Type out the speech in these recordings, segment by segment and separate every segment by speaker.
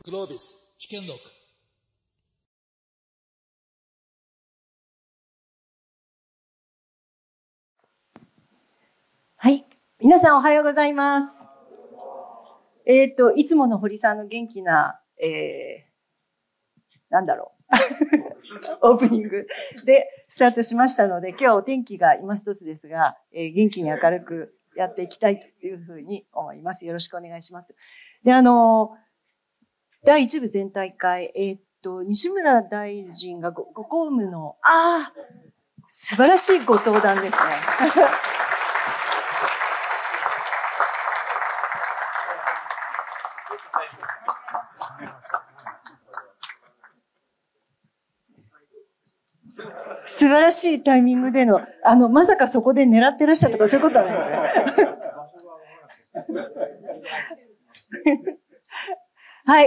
Speaker 1: グロービス危険録。
Speaker 2: はい。皆さんおはようございます。いつもの堀さんの元気な、オープニングでスタートしましたので、今日はお天気が今一つですが、元気に明るくやっていきたいというふうに思います。よろしくお願いします。で、第一部全体会、西村大臣がご公務の、素晴らしいご登壇ですね。素晴らしいタイミングでの、まさかそこで狙ってらっしゃったとかそういうことはないですね。はい、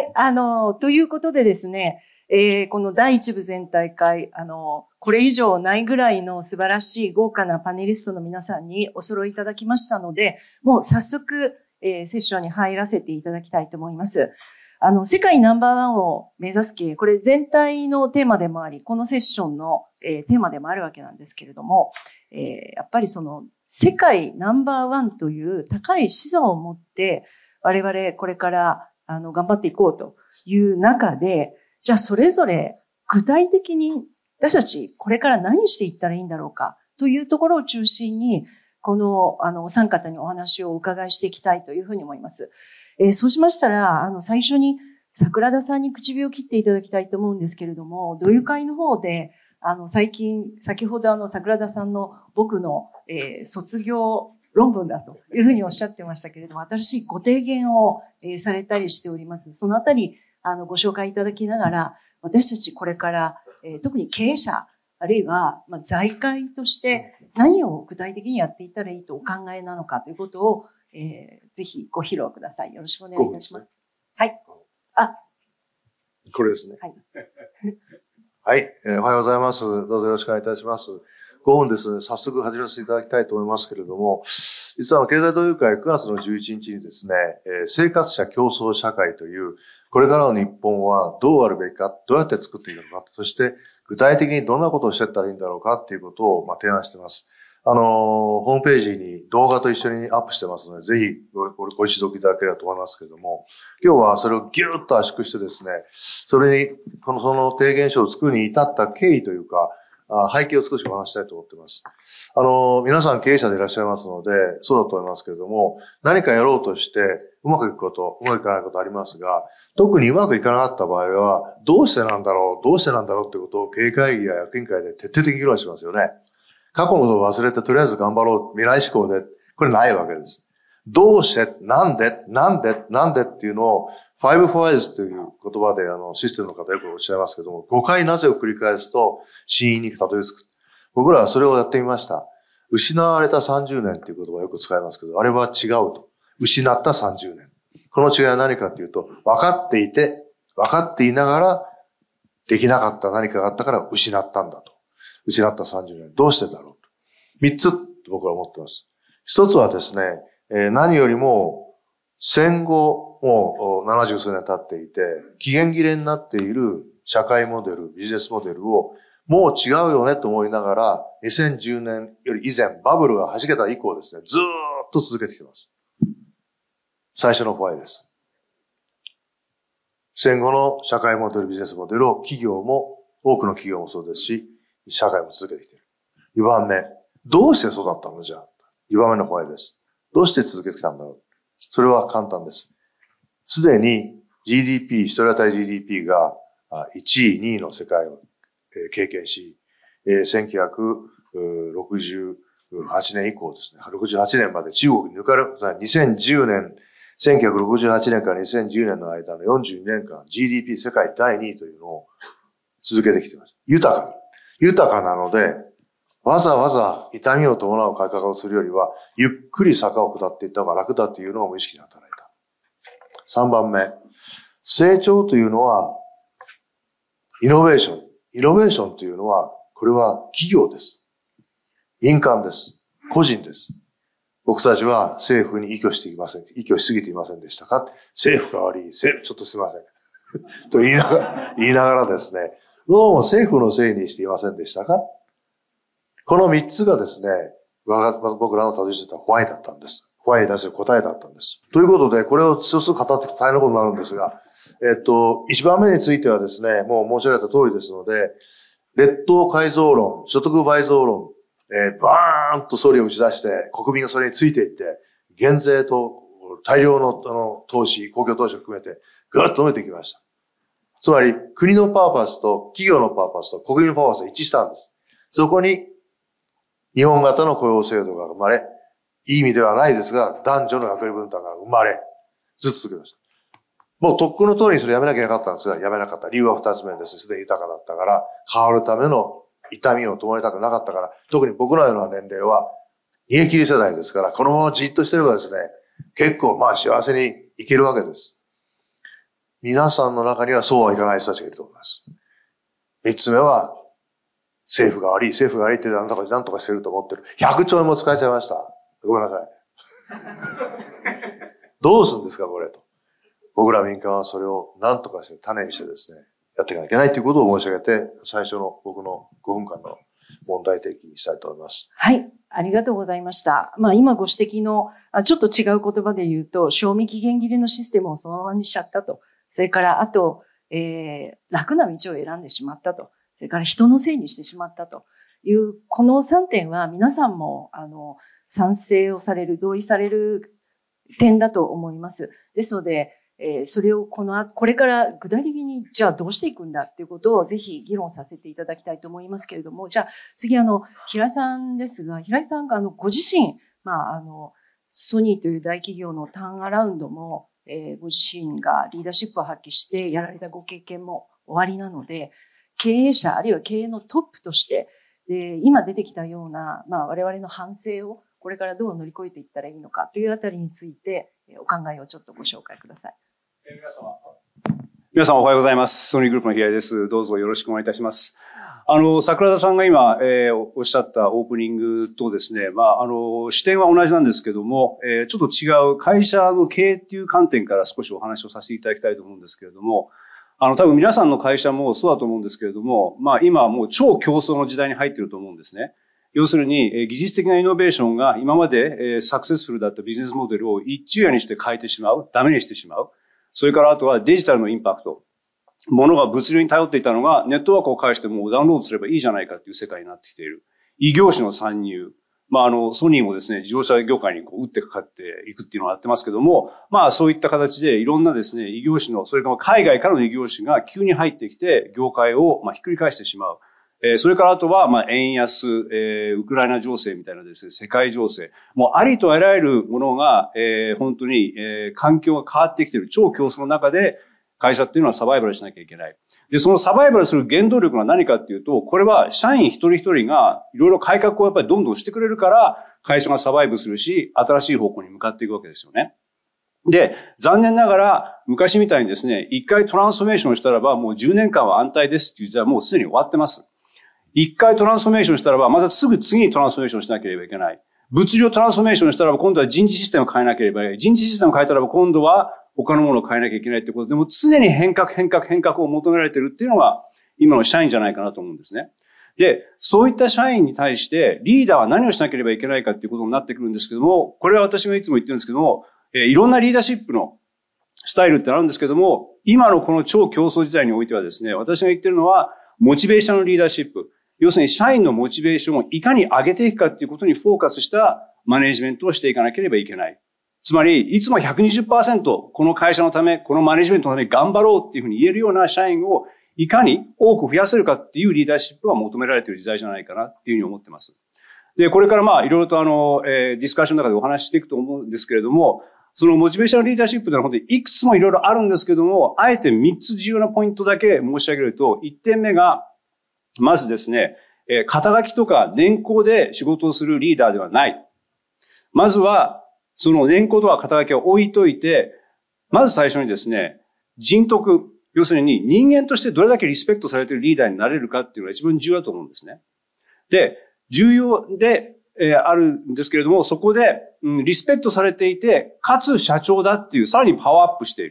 Speaker 2: ということでですね、この第一部全体会、これ以上ないぐらいの素晴らしい豪華なパネリストの皆さんにお揃いいただきましたので、もう早速、セッションに入らせていただきたいと思います。世界ナンバーワンを目指す経営、これ全体のテーマでもあり、このセッションの、テーマでもあるわけなんですけれども、やっぱりその世界ナンバーワンという高い視座を持って我々これから頑張っていこうという中で、じゃあそれぞれ具体的に私たちこれから何していったらいいんだろうかというところを中心に、このお三方にお話をお伺いしていきたいというふうに思います。そうしましたら、最初に桜田さんに口火を切っていただきたいと思うんですけれども、同友会の方で、先ほど桜田さんの僕の、卒業論文だというふうにおっしゃってましたけれども、新しいご提言を、されたりしております。そのあたり、ご紹介いただきながら、私たちこれから、特に経営者、あるいは、財界として何を具体的にやっていったらいいとお考えなのかということを、ぜひご披露ください。よろしくお願いいたします。はい。
Speaker 3: これですね。
Speaker 2: はい。
Speaker 3: はい、おはようございます。どうぞよろしくお願いいたします。5分ですね、早速始めさせていただきたいと思いますけれども、実は経済同友会9月の11日にですね、生活者競争社会という、これからの日本はどうあるべきか、どうやって作っていくのか、そして具体的にどんなことをしていったらいいんだろうかということを提案しています。ホームページに動画と一緒にアップしてますので、ぜひご一読いただければと思いますけれども、今日はそれをギューッと圧縮してですね、それに、その提言書を作るに至った経緯というか、背景を少しお話したいと思っています。皆さん経営者でいらっしゃいますので、そうだと思いますけれども、何かやろうとして、うまくいくこと、うまくいかないことありますが、特にうまくいかなかった場合は、どうしてなんだろうってことを経営会議や役員会で徹底的に議論しますよね。過去のことを忘れてとりあえず頑張ろう、未来志向で、これないわけです。どうして、なんでっていうのを、5 whys という言葉でシステムの方よくおっしゃいますけども、5回なぜを繰り返すと真意にたどり着く。僕らはそれをやってみました。失われた30年っていう言葉をよく使いますけど、あれは違うと。失った30年。この違いは何かというと、分かっていながらできなかった何かがあったから失ったんだと。失った30年。どうしてだろうと。3つ僕は思っています。1つはですね、何よりも戦後もう70数年経っていて、期限切れになっている社会モデル、ビジネスモデルをもう違うよねと思いながら、2010年より以前、バブルが弾けた以降ですね、ずーっと続けてきています。最初のホワイです。戦後の社会モデル、ビジネスモデルを多くの企業もそうですし、社会も続けてきている。2番目、どうしてそうだったのじゃあ。2番目のホワイです。どうして続けてきたんだろう。それは簡単です。すでに GDP、一人当たり GDP が1位、2位の世界を経験し、1968年以降ですね、68年まで中国に抜かれ、2010年、1968年から2010年の間の42年間 GDP 世界第2位というのを続けてきています。豊かなので、わざわざ痛みを伴う改革をするよりは、ゆっくり坂を下っていった方が楽だというのが無意識に働いた。3番目、成長というのは、イノベーション。イノベーションというのは、これは企業です。民間です。個人です。僕たちは政府に依拠しすぎていませんでしたか？政府が悪い。ちょっとすみません。 と言いながらですね、どうも政府のせいにしていませんでしたか？この3つがですね、僕らのたどり着いたホワイだったんです。ホワイに対する答えだったんです。ということで、これを少しずつ語っていくと大変なことになるんですが、1番目についてはですね、もう申し上げた通りですので、列島改造論、所得倍増論、バーンと総理を打ち出して、国民がそれについていって、減税と大量の投資、公共投資を含めて、ぐっと伸びてきました。つまり、国のパーパスと企業のパーパスと国民のパーパスが一致したんです。そこに、日本型の雇用制度が生まれ、いい意味ではないですが、男女の役割分担が生まれ、ずっと続けました。もうとっくの通りにそれやめなきゃいけなかったんですが、やめなかった。理由は二つ目です。すでに豊かだったから、変わるための痛みを伴いたくなかったから、特に僕らのような年齢は、逃げ切り世代ですから、このままじっとしてればですね、結構幸せに生きるわけです。皆さんの中にはそうはいかない人たちがいると思います。三つ目は、政府が悪いってなんとかしてると思ってる。100兆円も使えちゃいました。ごめんなさい。どうするんですか、これと。僕ら民間はそれを何とかして種にしてですね、やっていかなきゃいけないということを申し上げて、最初の僕の5分間の問題提起にしたいと思います。
Speaker 2: はい。ありがとうございました。今ご指摘の、ちょっと違う言葉で言うと、賞味期限切れのシステムをそのままにしちゃったと。それから、あと、楽な道を選んでしまったと。それから人のせいにしてしまったという、この3点は皆さんも、賛成をされる、同意される点だと思います。ですので、それをこれから具体的にじゃあどうしていくんだっていうことをぜひ議論させていただきたいと思いますけれども、じゃあ次平井さんですが、平井さんがご自身、ソニーという大企業のターンアラウンドも、ご自身がリーダーシップを発揮してやられたご経験もおありなので、経営者あるいは経営のトップとして、今出てきたような、我々の反省をこれからどう乗り越えていったらいいのかというあたりについてお考えをちょっとご紹介ください。
Speaker 1: 皆様おはようございます。ソニーグループの平井です。どうぞよろしくお願いいたします。桜田さんが今、おっしゃったオープニングとですね、視点は同じなんですけども、ちょっと違う会社の経営っていう観点から少しお話をさせていただきたいと思うんですけれども、多分皆さんの会社もそうだと思うんですけれども、今はもう超競争の時代に入っていると思うんですね。要するに、技術的なイノベーションが今までサクセスフルだったビジネスモデルを一昼夜にして変えてしまう、ダメにしてしまう。それからあとはデジタルのインパクト。物が物流に頼っていたのがネットワークを介してもうダウンロードすればいいじゃないかっていう世界になってきている。異業種の参入。ソニーもですね、自動車業界に打ってかかっていくっていうのをやってますけども、そういった形でいろんなですね、異業種の、それから海外からの異業種が急に入ってきて、業界をひっくり返してしまう。それからあとは、円安、ウクライナ情勢みたいなですね、世界情勢。もうありとあらゆるものが、本当に、環境が変わってきている超競争の中で、会社っていうのはサバイバルしなきゃいけない。で、そのサバイバルする原動力は何かっていうと、これは社員一人一人がいろいろ改革をやっぱりどんどんしてくれるから、会社がサバイブするし、新しい方向に向かっていくわけですよね。で、残念ながら、昔みたいにですね、一回トランスフォーメーションしたらば、もう10年間は安泰ですっていう、じゃあもうすでに終わってます。一回トランスフォーメーションしたらば、またすぐ次にトランスフォーメーションしなければいけない。物流トランスフォーメーションしたらば、今度は人事システムを変えなければいけない。人事システムを変えたらば、今度は他のものを変えなきゃいけないってことで、も常に変革を求められているっていうのが、今の社員じゃないかなと思うんですね。で、そういった社員に対して、リーダーは何をしなければいけないかっていうことになってくるんですけども、これは私がいつも言ってるんですけども、いろんなリーダーシップのスタイルってあるんですけども、今のこの超競争時代においてはですね、私が言ってるのは、モチベーションのリーダーシップ。要するに社員のモチベーションをいかに上げていくかっていうことにフォーカスしたマネジメントをしていかなければいけない。つまり、いつも 120% この会社のため、このマネジメントのために頑張ろうっていうふうに言えるような社員をいかに多く増やせるかっていうリーダーシップが求められている時代じゃないかなっていうふうに思ってます。で、これからいろいろとディスカッションの中でお話ししていくと思うんですけれども、そのモチベーションリーダーシップというのは本当にいくつもいろいろあるんですけども、あえて3つ重要なポイントだけ申し上げると、1点目が、まずですね、肩書きとか年功で仕事をするリーダーではない。まずは、その年功とか肩書きを置いといて、まず最初にですね、人徳、要するに人間としてどれだけリスペクトされているリーダーになれるかっていうのが一番重要だと思うんですね。で、重要で、あるんですけれども、そこで、リスペクトされていて、かつ社長だっていう、さらにパワーアップしている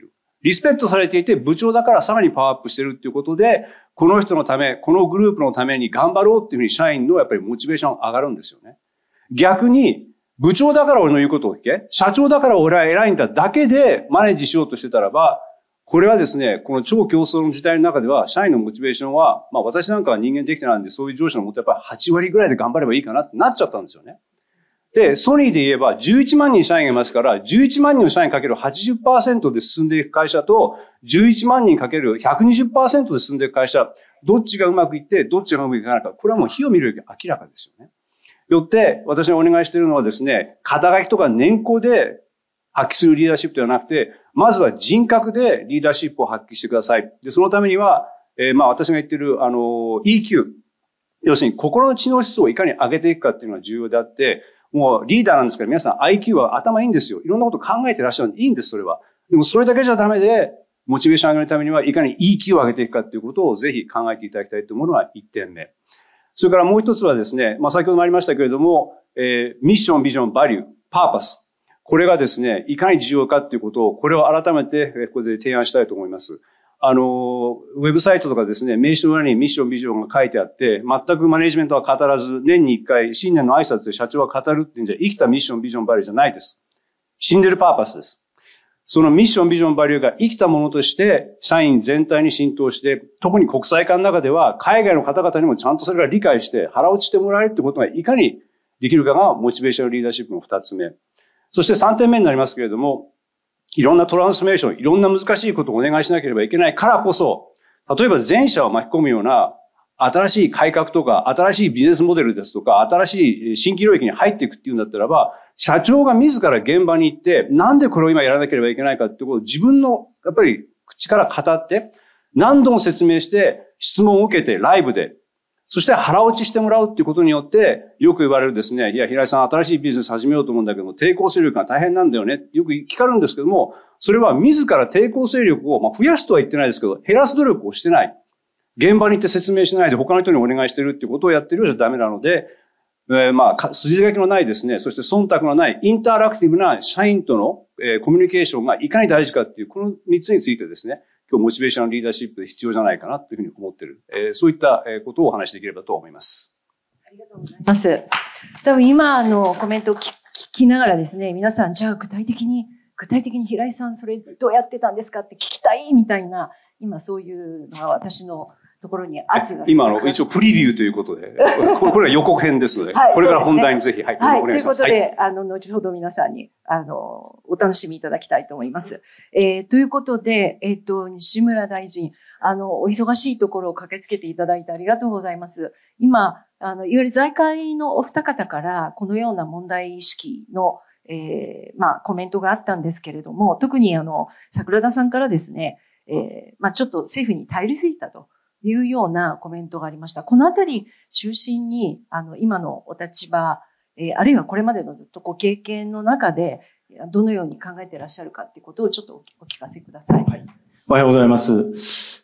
Speaker 1: リスペクトされていて、部長だからさらにパワーアップしてるっていうことで、この人のため、このグループのために頑張ろうっていうふうに社員のやっぱりモチベーション上がるんですよね。逆に、部長だから俺の言うことを聞け、社長だから俺は偉いんだだけでマネージしようとしてたらば、これはですね、この超競争の時代の中では、社員のモチベーションは、私なんかは人間できてないんで、そういう上司のもとやっぱり8割ぐらいで頑張ればいいかなってなっちゃったんですよね。で、ソニーで言えば11万人社員がいますから、11万人の社員かける 80% で進んでいく会社と、11万人かける 120% で進んでいく会社、どっちがうまくいって、どっちがうまくいかないか、これはもう火を見るより明らかですよね。よって、私がお願いしているのはですね、肩書きとか年功で発揮するリーダーシップではなくて、まずは人格でリーダーシップを発揮してください。で、そのためには、私が言っている、EQ。要するに、心の知能指数をいかに上げていくかっていうのが重要であって、もうリーダーなんですから皆さん IQ は頭いいんですよ。いろんなこと考えてらっしゃるんでいいんです、それは。でもそれだけじゃダメで、モチベーションを上げるためにはいかに EQ を上げていくかっていうことをぜひ考えていただきたいと思うのが1点目。それからもう一つはですね、先ほどもありましたけれども、ミッション、ビジョン、バリュー、パーパス。これがですね、いかに重要かっていうことを、これを改めて、ここで提案したいと思います。ウェブサイトとかですね、名刺の裏にミッション、ビジョンが書いてあって、全くマネジメントは語らず、年に1回、新年の挨拶で社長は語るっていうんじゃ、生きたミッション、ビジョン、バリューじゃないです。死んでるパーパスです。そのミッション、ビジョン、バリューが生きたものとして、社員全体に浸透して、特に国際化の中では、海外の方々にもちゃんとそれが理解して、腹落ちしてもらえるってことがいかにできるかが、モチベーションリーダーシップの2つ目。そして3点目になりますけれども、いろんなトランスフォーメーション、いろんな難しいことをお願いしなければいけないからこそ、例えば全社を巻き込むような新しい改革とか、新しいビジネスモデルですとか、新しい新規領域に入っていくっていうんだったらば、社長が自ら現場に行って、なんでこれを今やらなければいけないかってことを自分の、やっぱり口から語って、何度も説明して、質問を受けてライブで、そして腹落ちしてもらうっていうことによって、よく言われるですね、いや、平井さん新しいビジネス始めようと思うんだけども、抵抗勢力が大変なんだよねってよく聞かれるんですけども、それは自ら抵抗勢力を、増やすとは言ってないですけど、減らす努力をしてない。現場に行って説明しないで他の人にお願いしてるっていうことをやってるようじゃダメなので、筋書きのないですね、そして忖度のないインタラクティブな社員との、コミュニケーションがいかに大事かっていう、この3つについてですね、今日モチベーションリーダーシップで必要じゃないかなというふうに思っている。そういったことをお話しできればと思います。
Speaker 2: ありがとうございます。多分今のコメントを聞きながらですね、皆さん、じゃあ具体的に平井さんそれどうやってたんですかって聞きたいみたいな、今そういうのが私のところに圧が。
Speaker 1: 今一応プレビューということで、これは予告編ですので、はい、これから本題にぜひ、はい、
Speaker 2: はい、
Speaker 1: お願いします。
Speaker 2: ということで、後ほど皆さんに、お楽しみいただきたいと思います。ということで、西村大臣、お忙しいところを駆けつけていただいてありがとうございます。今、いわゆる財界のお二方から、このような問題意識の、コメントがあったんですけれども、特に桜田さんからですね、ちょっと政府に頼りすぎたというようなコメントがありました。このあたり中心に、今のお立場、あるいはこれまでのずっとご経験の中で、どのように考えていらっしゃるかということをちょっとお聞かせください。はい、
Speaker 4: おはようございます。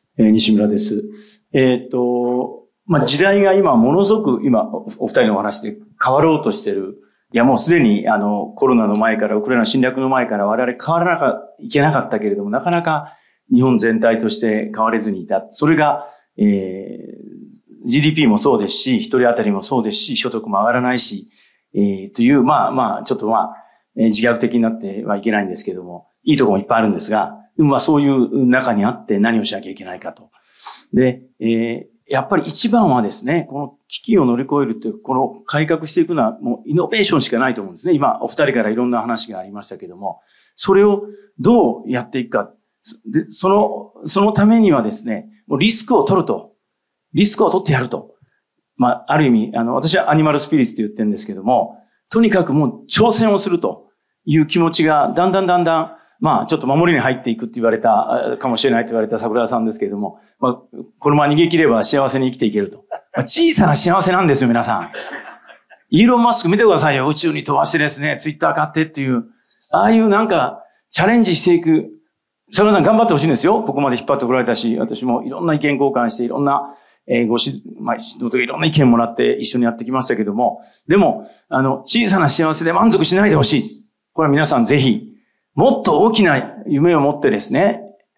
Speaker 4: 西村です。時代が今ものすごく今お二人のお話で変わろうとしている。いやもうすでにコロナの前からウクライナ侵略の前から我々変わらなきゃいけなかったけれどもなかなか日本全体として変われずにいた。それが、GDP もそうですし、一人当たりもそうですし、所得も上がらないし、という、ちょっと自虐的になってはいけないんですけども、いいところもいっぱいあるんですが、そういう中にあって何をしなきゃいけないかと。で、やっぱり一番はですね、この危機を乗り越えるという、この改革していくのはもうイノベーションしかないと思うんですね。今、お二人からいろんな話がありましたけども、それをどうやっていくか。で、そのためにはですね、もうリスクを取ると。リスクを取ってやると。ある意味、私はアニマルスピリッツと言ってるんですけども、とにかくもう挑戦をするという気持ちが、だんだん、ちょっと守りに入っていくって言われた、かもしれないって言われた桜田さんですけれども、このまま逃げ切れば幸せに生きていけると。小さな幸せなんですよ、皆さん。イーロン・マスク見てくださいよ。宇宙に飛ばしてですね、ツイッター買ってっていう、ああいうチャレンジしていく。桜田さん頑張ってほしいんですよ。ここまで引っ張ってこられたし、私もいろんな意見交換して、いろんな、指導とかいろんな意見もらって一緒にやってきましたけども、でも、小さな幸せで満足しないでほしい。これは皆さんぜひ、もっと大きな夢を持ってですね、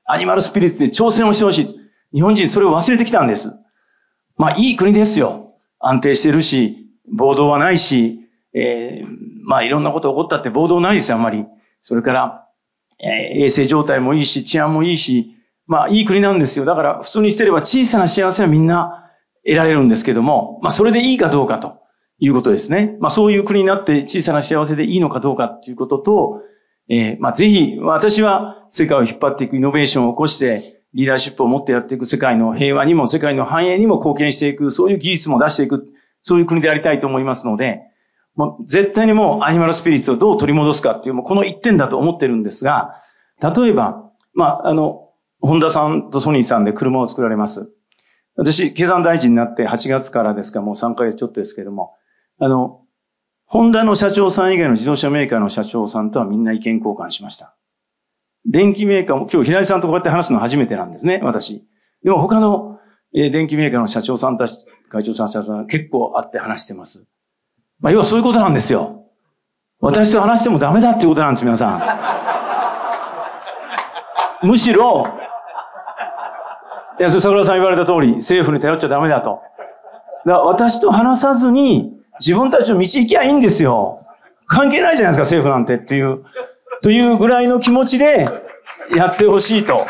Speaker 4: アニマルスピリッツで挑戦をしてほしい。日本人それを忘れてきたんです。まあ、いい国ですよ。安定してるし、暴動はないし、まあ、いろんなこと起こったって暴動ないですよ、あんまり。それから、衛生状態もいいし、治安もいいし、まあ、いい国なんですよ。だから、普通にしてれば小さな幸せはみんな得られるんですけども、まあ、それでいいかどうかということですね。まあ、そういう国になって小さな幸せでいいのかどうかということと、まあ、ぜひ、私は世界を引っ張っていくイノベーションを起こして、リーダーシップを持ってやっていく世界の平和にも世界の繁栄にも貢献していく、そういう技術も出していく、そういう国でありたいと思いますので、もう絶対にもうアニマルスピリッツをどう取り戻すかっていう、もうこの一点だと思ってるんですが、例えば、まあ、ホンダさんとソニーさんで車を作られます。私、経産大臣になって8月からですか、もう3ヶ月ちょっとですけども、ホンダの社長さん以外の自動車メーカーの社長さんとはみんな意見交換しました。電気メーカーも、今日平井さんとこうやって話すの初めてなんですね、私。でも他の、電気メーカーの社長さんたち、会長さん、社長さん結構会って話してます。まあ、要はそういうことなんですよ。私と話してもダメだっていうことなんです、皆さん。むしろ、いや、桜田さん言われた通り、政府に頼っちゃダメだと。だから私と話さずに、自分たちの道行きゃいいんですよ。関係ないじゃないですか、政府なんてっていう。というぐらいの気持ちでやってほしいと。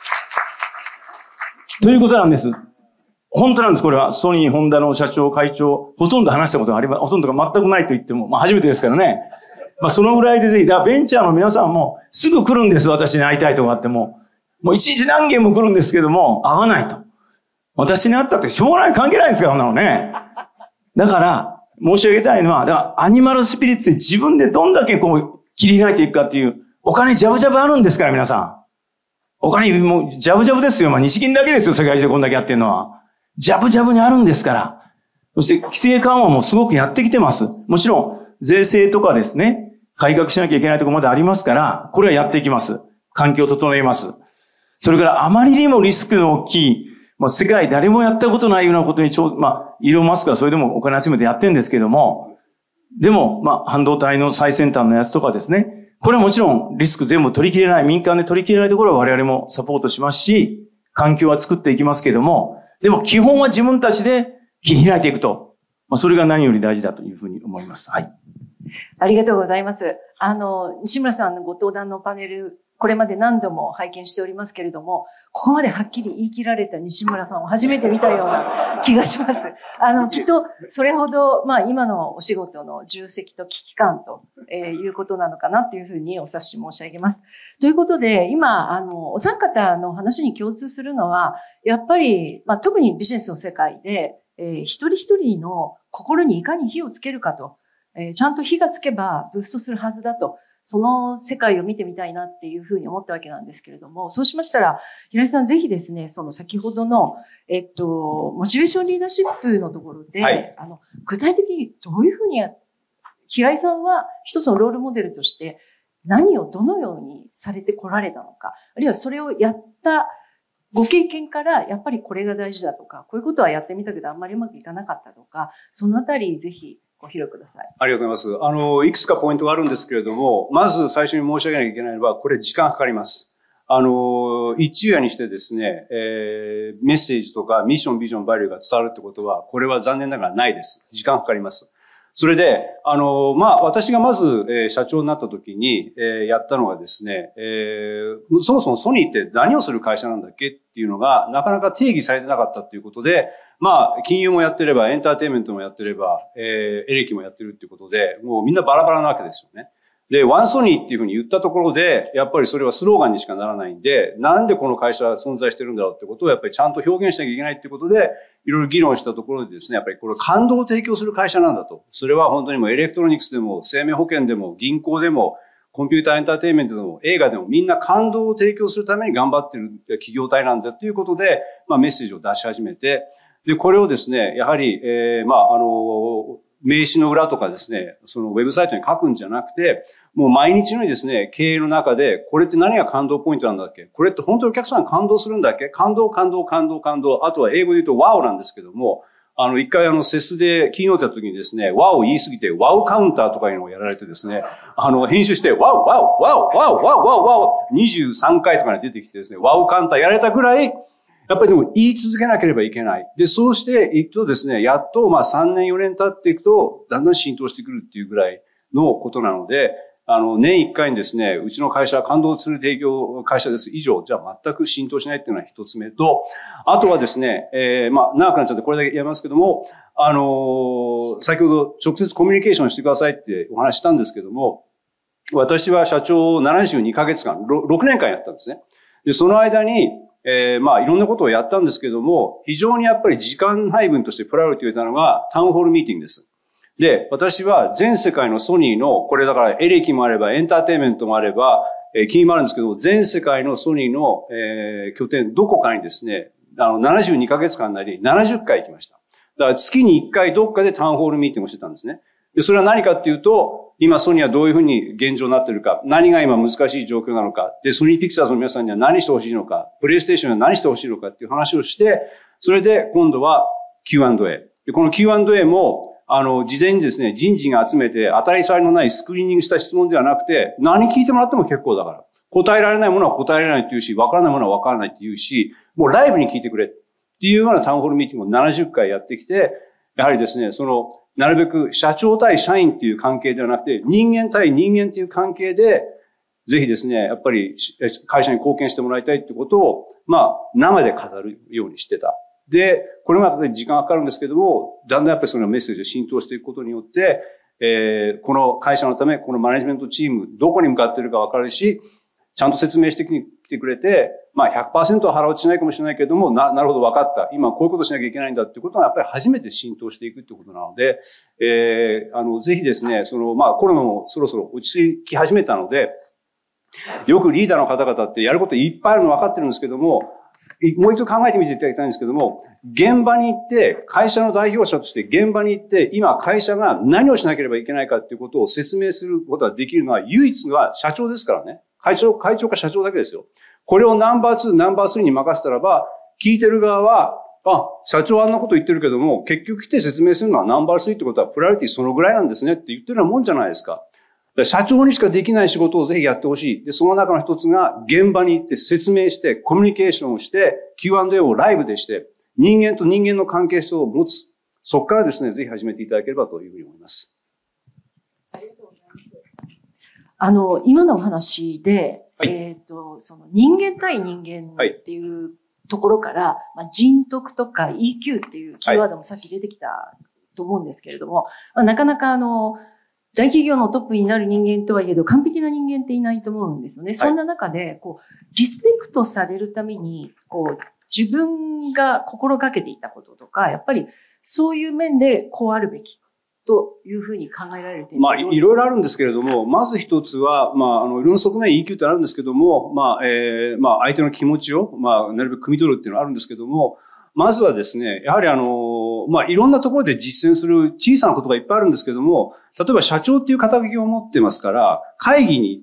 Speaker 4: ということなんです。本当なんです、これは。ソニー、ホンダの社長、会長、ほとんど話したことがあります。ほとんどが全くないと言っても、まあ初めてですからね。まあそのぐらいでぜひ、だからベンチャーの皆さんもすぐ来るんです、私に会いたいとかあっても。もう一日何件も来るんですけども、会わないと。私に会ったってしょうがない、関係ないですから、そんなのね。だから、申し上げたいのは、だからアニマルスピリッツで自分でどんだけこう切り開いていくかっていう、お金ジャブジャブあるんですから、皆さん。お金もうジャブジャブですよ。まあ日銀だけですよ、世界中でこんだけやってるのは。ジャブジャブにあるんですから。そして規制緩和もすごくやってきてます。もちろん、税制とかですね、改革しなきゃいけないところまでありますから、これはやっていきます。環境を整えます。それからあまりにもリスクの大きい、まあ、世界誰もやったことないようなことにまあ、イーロン・マスクはそれでもお金集めてやってるんですけども、でも、まあ、半導体の最先端のやつとかですね、これはもちろんリスク全部取り切れない、民間で取り切れないところは我々もサポートしますし、環境は作っていきますけども、でも基本は自分たちで切り開いていくと。まあ、それが何より大事だというふうに思います。はい。
Speaker 2: ありがとうございます。西村さんのご登壇のパネル、これまで何度も拝見しておりますけれども、ここまではっきり言い切られた西村さんを初めて見たような気がします。きっとそれほど、まあ今のお仕事の重責と危機感ということなのかなというふうにお察し申し上げます。ということで、今、お三方の話に共通するのは、やっぱり、まあ特にビジネスの世界で、一人一人の心にいかに火をつけるかと、ちゃんと火がつけばブーストするはずだと。その世界を見てみたいなっていうふうに思ったわけなんですけれども、そうしましたら、平井さんぜひですね、その先ほどの、モチベーションリーダーシップのところで、はい、具体的にどういうふうに平井さんは一つのロールモデルとして何をどのようにされてこられたのか、あるいはそれをやったご経験からやっぱりこれが大事だとか、こういうことはやってみたけどあんまりうまくいかなかったとか、そのあたりぜひご披露ください。
Speaker 1: ありがとうございます。いくつかポイントがあるんですけれども、まず最初に申し上げなきゃいけないのは、これ時間かかります。一夜にしてですね、メッセージとかミッション、ビジョン、バリューが伝わるってことは、これは残念ながらないです。時間かかります。それで、私がまず、社長になった時に、やったのがですね、そもそもソニーって何をする会社なんだっけっていうのが、なかなか定義されてなかったっていうことで、金融もやってれば、エンターテインメントもやってれば、エレキもやってるっていうことで、もうみんなバラバラなわけですよね。で、ワンソニーっていうふうに言ったところで、やっぱりそれはスローガンにしかならないんで、なんでこの会社は存在してるんだろうってことをやっぱりちゃんと表現しなきゃいけないっていうことで、いろいろ議論したところでですね、やっぱりこれ感動を提供する会社なんだと。それは本当にもうエレクトロニクスでも、生命保険でも、銀行でも、コンピューターエンターテインメントでも、映画でもみんな感動を提供するために頑張ってる企業体なんだということで、メッセージを出し始めて、で、これをですね、やはり、名刺の裏とかですね、そのウェブサイトに書くんじゃなくて、もう毎日のようにですね、経営の中で、これって何が感動ポイントなんだっけ？これって本当にお客さん感動するんだっけ？感動。あとは英語で言うとワオなんですけども、 一回セスでキーノートやった時にですね、ワオを言いすぎて、ワオカウンターとかいうのをやられてですね、編集して、ワオ、ワオ、ワオ、ワオ、ワオ、ワオ、ワオ、23回とかに出てきてですね、ワオカウンターやられたぐらい、やっぱりでも言い続けなければいけない。で、そうしていくとですね、やっと3年4年経っていくと、だんだん浸透してくるっていうぐらいのことなので、年1回にですね、うちの会社は感動する提供会社です以上、じゃあ全く浸透しないっていうのは一つ目と、あとはですね、長くなっちゃってこれだけやりますけども、先ほど直接コミュニケーションしてくださいってお話したんですけども、私は社長を72ヶ月間、6年間やったんですね。で、その間に、いろんなことをやったんですけども、非常にやっぱり時間配分としてプライオリティを入れたのがタウンホールミーティングです。で、私は全世界のソニーの、これだからエレキもあればエンターテインメントもあれば、キーもあるんですけど、全世界のソニーの、拠点、どこかにですね、72ヶ月間内で70回行きました。だから月に1回どっかでタウンホールミーティングをしてたんですね。で、それは何かっていうと、今ソニーはどういうふうに現状になっているか、何が今難しい状況なのか、で、ソニーピクチャーズの皆さんには何してほしいのか、プレイステーションには何してほしいのかっていう話をして、それで今度は Q&A。で、この Q&A も、事前にですね、人事が集めて当たり障りのないスクリーニングした質問ではなくて、何聞いてもらっても結構だから。答えられないものは答えられないって言うし、わからないものはわからないって言うし、もうライブに聞いてくれっていうようなタウンホールミーティングを70回やってきて、やはりですね、なるべく社長対社員っていう関係ではなくて、人間対人間っていう関係で、ぜひですね、やっぱり会社に貢献してもらいたいってことを、生で語るようにしてた。で、これもやっぱり時間がかかるんですけども、だんだんやっぱりそのメッセージが浸透していくことによって、この会社のため、このマネジメントチーム、どこに向かっているかわかるし、ちゃんと説明してきてくれて、100% は腹落ちしないかもしれないけども、なるほど分かった。今こういうことしなきゃいけないんだっていうことがやっぱり初めて浸透していくってことなので、ぜひですね、コロナもそろそろ落ち着き始めたので、よくリーダーの方々ってやることいっぱいあるの分かってるんですけども、もう一度考えてみていただきたいんですけども、現場に行って、会社の代表者として現場に行って、今会社が何をしなければいけないかっていうことを説明することができるのは、唯一は社長ですからね。会長か社長だけですよ。これをナンバー2、ナンバー3に任せたらば、聞いてる側は、社長あんなこと言ってるけども、結局来て説明するのはナンバー3ってことはプライオリティそのぐらいなんですねって言ってるようなもんじゃないですか。社長にしかできない仕事をぜひやってほしい。で、その中の一つが現場に行って説明して、コミュニケーションをして、Q&A をライブでして、人間と人間の関係性を持つ。そこからですね、ぜひ始めていただければというふうに思います。
Speaker 2: ありがとうございます。今のお話で、
Speaker 1: はい、
Speaker 2: その人間対人間っていうところから、人徳とか EQ っていうキーワードもさっき出てきたと思うんですけれども、なかなか大企業のトップになる人間とはいえど、完璧な人間っていないと思うんですよね。そんな中で、リスペクトされるために、自分が心がけていたこととか、やっぱりそういう面でこうあるべきというふうに考えられる点。
Speaker 1: いろいろあるんですけれども、まず一つは、いろんな側面 EQ ってあるんですけども、相手の気持ちを、なるべく汲み取るっていうのはあるんですけども、まずはですね、やはりいろんなところで実践する小さなことがいっぱいあるんですけども、例えば社長っていう肩書きを持ってますから、会議に行って、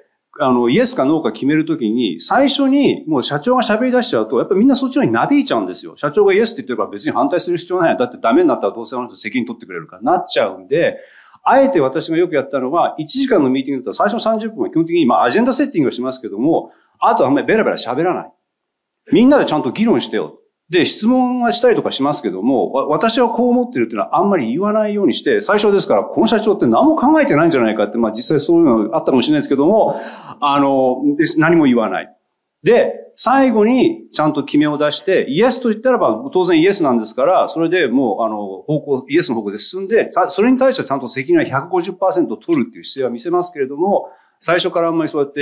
Speaker 1: イエスかノーか決めるときに、最初にもう社長が喋り出しちゃうと、やっぱりみんなそっちになびいちゃうんですよ。社長がイエスって言ってるから別に反対する必要ない。だってダメになったらどうせあの人責任取ってくれるからなっちゃうんで、あえて私がよくやったのは、1時間のミーティングだったら最初の30分は基本的にアジェンダセッティングをしますけども、あとはあんまりベラベラ喋らない。みんなでちゃんと議論してよ。で、質問はしたりとかしますけども、私はこう思ってるっていうのはあんまり言わないようにして、最初ですから、この社長って何も考えてないんじゃないかって、実際そういうのあったかもしれないですけども、何も言わない。で、最後にちゃんと決めを出して、イエスと言ったらば当然イエスなんですから、それでもう、イエスの方向で進んで、それに対してちゃんと責任は 150% 取るっていう姿勢は見せますけれども、最初からあんまりそうやって、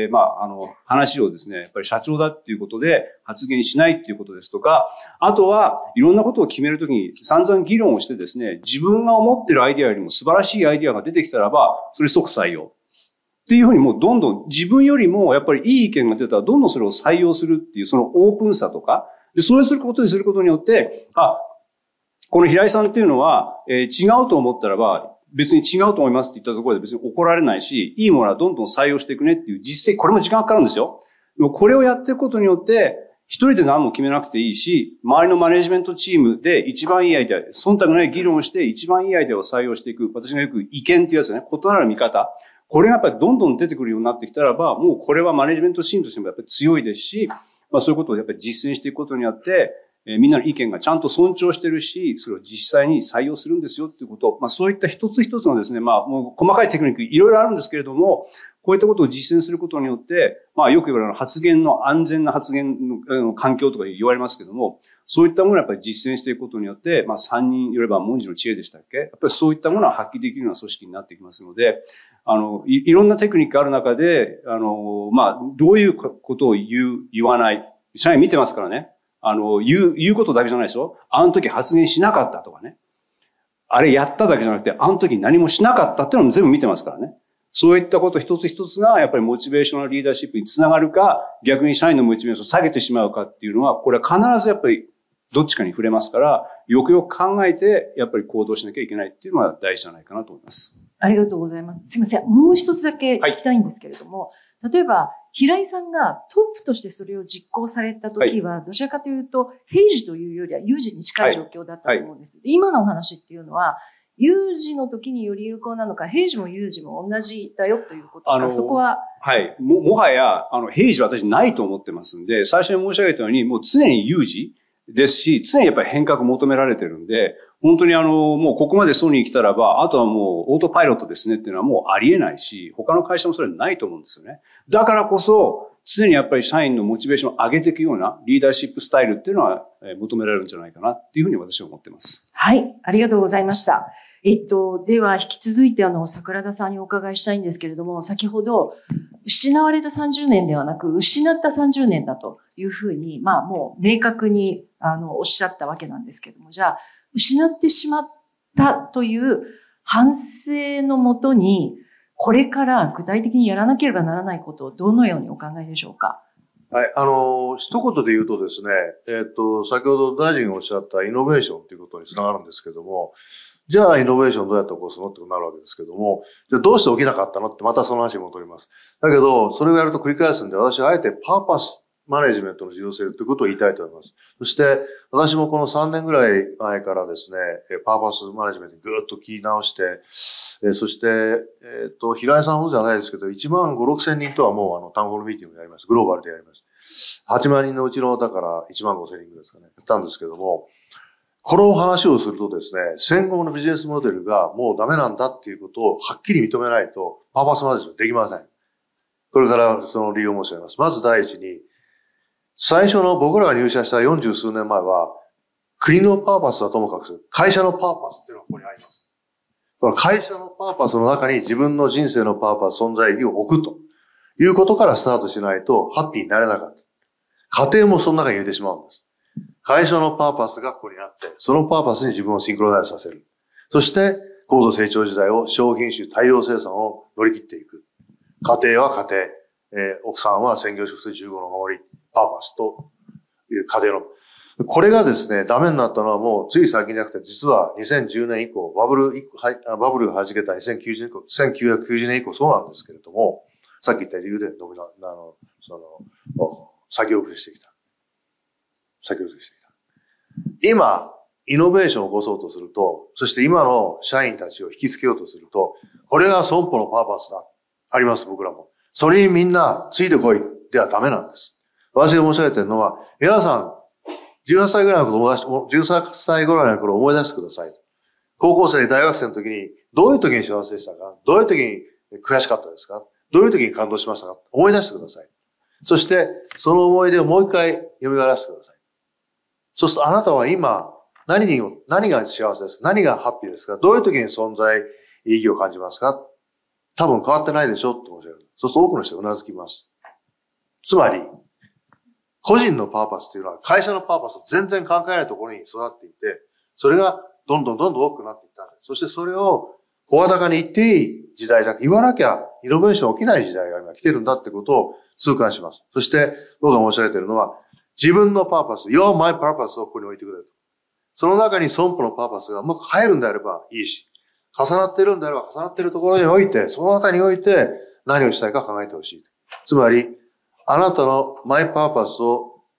Speaker 1: 話をですね、やっぱり社長だっていうことで発言しないっていうことですとか、あとはいろんなことを決めるときに散々議論をしてですね、自分が思ってるアイデアよりも素晴らしいアイデアが出てきたらば、それ即採用。っていうふうにもうどんどん自分よりもやっぱりいい意見が出たらどんどんそれを採用するっていうそのオープンさとか、で、それすることによって、この平井さんっていうのは、違うと思ったらば、別に違うと思いますって言ったところで別に怒られないし、いいものはどんどん採用していくねっていう実績、これも時間かかるんですよ。でもこれをやっていくことによって、 一人で何も決めなくていいし、周りのマネジメントチームで一番いいアイデア、忖度ない議論をして一番いいアイデアを採用していく。私がよく意見っていうやつね、異なる見方。これがやっぱりどんどん出てくるようになってきたらば、もうこれはマネジメントチームとしてもやっぱり強いですし、そういうことをやっぱり実践していくことによって、みんなの意見がちゃんと尊重してるし、それを実際に採用するんですよっていうこと。そういった一つ一つのですね、もう細かいテクニックいろいろあるんですけれども、こういったことを実践することによって、よく言われる発言の安全な発言の環境とか言われますけども、そういったものをやっぱり実践していくことによって、3人よれば文字の知恵でしたっけ？やっぱりそういったものを発揮できるような組織になってきますので、いろんなテクニックがある中で、どういうことを言わない。社員見てますからね。言うことだけじゃないですよ。あの時発言しなかったとかね。あれやっただけじゃなくて、あの時何もしなかったっていうのも全部見てますからね。そういったこと一つ一つがやっぱりモチベーショナルリーダーシップにつながるか、逆に社員のモチベーションを下げてしまうかっていうのは、これは必ずやっぱりどっちかに触れますから、よくよく考えてやっぱり行動しなきゃいけないっていうのは大事じゃないかなと思います。
Speaker 2: ありがとうございます。すいません。もう一つだけ聞きたいんですけれども、例えば、平井さんがトップとしてそれを実行されたときは、どちらかというと、平時というよりは有事に近い状況だったと思うんです。で今のお話っていうのは、有事の時により有効なのか、平時も有事も同じだよということか、そこは。
Speaker 1: はい。もはや、平時は私ないと思ってますんで、最初に申し上げたように、もう常に有事ですし、常にやっぱり変革求められてるんで、本当にもうここまでソニー来たらば、あとはもうオートパイロットですねっていうのはもうありえないし、他の会社もそれはないと思うんですよね。だからこそ、常にやっぱり社員のモチベーションを上げていくようなリーダーシップスタイルっていうのは求められるんじゃないかなっていうふうに私は思ってます。
Speaker 2: はい、ありがとうございました。では引き続いて桜田さんにお伺いしたいんですけれども、先ほど失われた30年ではなく失った30年だというふうに、もう明確におっしゃったわけなんですけども、じゃあ失ってしまったという反省のもとに、これから具体的にやらなければならないことをどのようにお考えでしょうか。
Speaker 3: はい、一言で言うとですね、先ほど大臣がおっしゃったイノベーションということにつながるんですけども、じゃあイノベーションどうやって起こすのってなるわけですけども、じゃあどうして起きなかったのってまたその話に戻ります。だけど、それをやると繰り返すんで、私はあえてパーパスマネジメントの重要性ということを言いたいと思います。そして、私もこの3年ぐらい前からですね、パーパスマネジメントにぐーっと聞き直して、そして、平井さんほどじゃないですけど、1万5、6千人とはもうタウンホールミーティングやります。グローバルでやります。8万人のうちの、だから1万5千人ぐらいですかね、やったんですけども、この話をするとですね、戦後のビジネスモデルがもうダメなんだっていうことをはっきり認めないと、パーパスマネジメントできません。これからその理由を申し上げます。まず第一に、最初の僕らが入社した40数年前は、国のパーパスはともかく、会社のパーパスっていうのがここにあります。この会社のパーパスの中に自分の人生のパーパス、存在意義を置くということからスタートしないとハッピーになれなかった。家庭もその中に入れてしまうんです。会社のパーパスがここにあって、そのパーパスに自分をシンクロナイズさせる。そして、高度成長時代を小品種大量生産を乗り切っていく。家庭は家庭、奥さんは専業主婦15の守り、パーパスという家庭の。これがですね、ダメになったのはもうつい最近じゃなくて、実は2010年以降、バブルが弾けた1990年以降そうなんですけれども、さっき言った理由で先送りしてきた。今、イノベーションを起こそうとすると、そして今の社員たちを引きつけようとすると、これが損保のパーパスだ。あります、僕らも。それにみんなついてこいではダメなんです。私が申し上げているのは、皆さん、18歳ぐらいの頃思い出してください。高校生、大学生の時に、どういう時に幸せでしたか？どういう時に悔しかったですか？どういう時に感動しましたか？思い出してください。そして、その思い出をもう一回蘇らせてください。そうするとあなたは今、何が幸せですか？何がハッピーですか？どういう時に存在意義を感じますか？多分変わってないでしょって申し上げる。そうすると多くの人がうなずきます。つまり、個人のパーパスというのは会社のパーパスを全然考えないところに育っていて、それがどんどん多くなっていったんです。そしてそれを声高に言っていい時代じゃなくて、言わなきゃイノベーション起きない時代が今来てるんだってことを痛感します。そして僕が申し上げているのは、自分のパーパス、Your My Purpose をここに置いてくれると。その中に損保のパーパスがうまく入るんであればいいし、重なっているんであれば重なっているところにおいて、その中において何をしたいか考えてほしい。つまり、あなたのマイパーパスを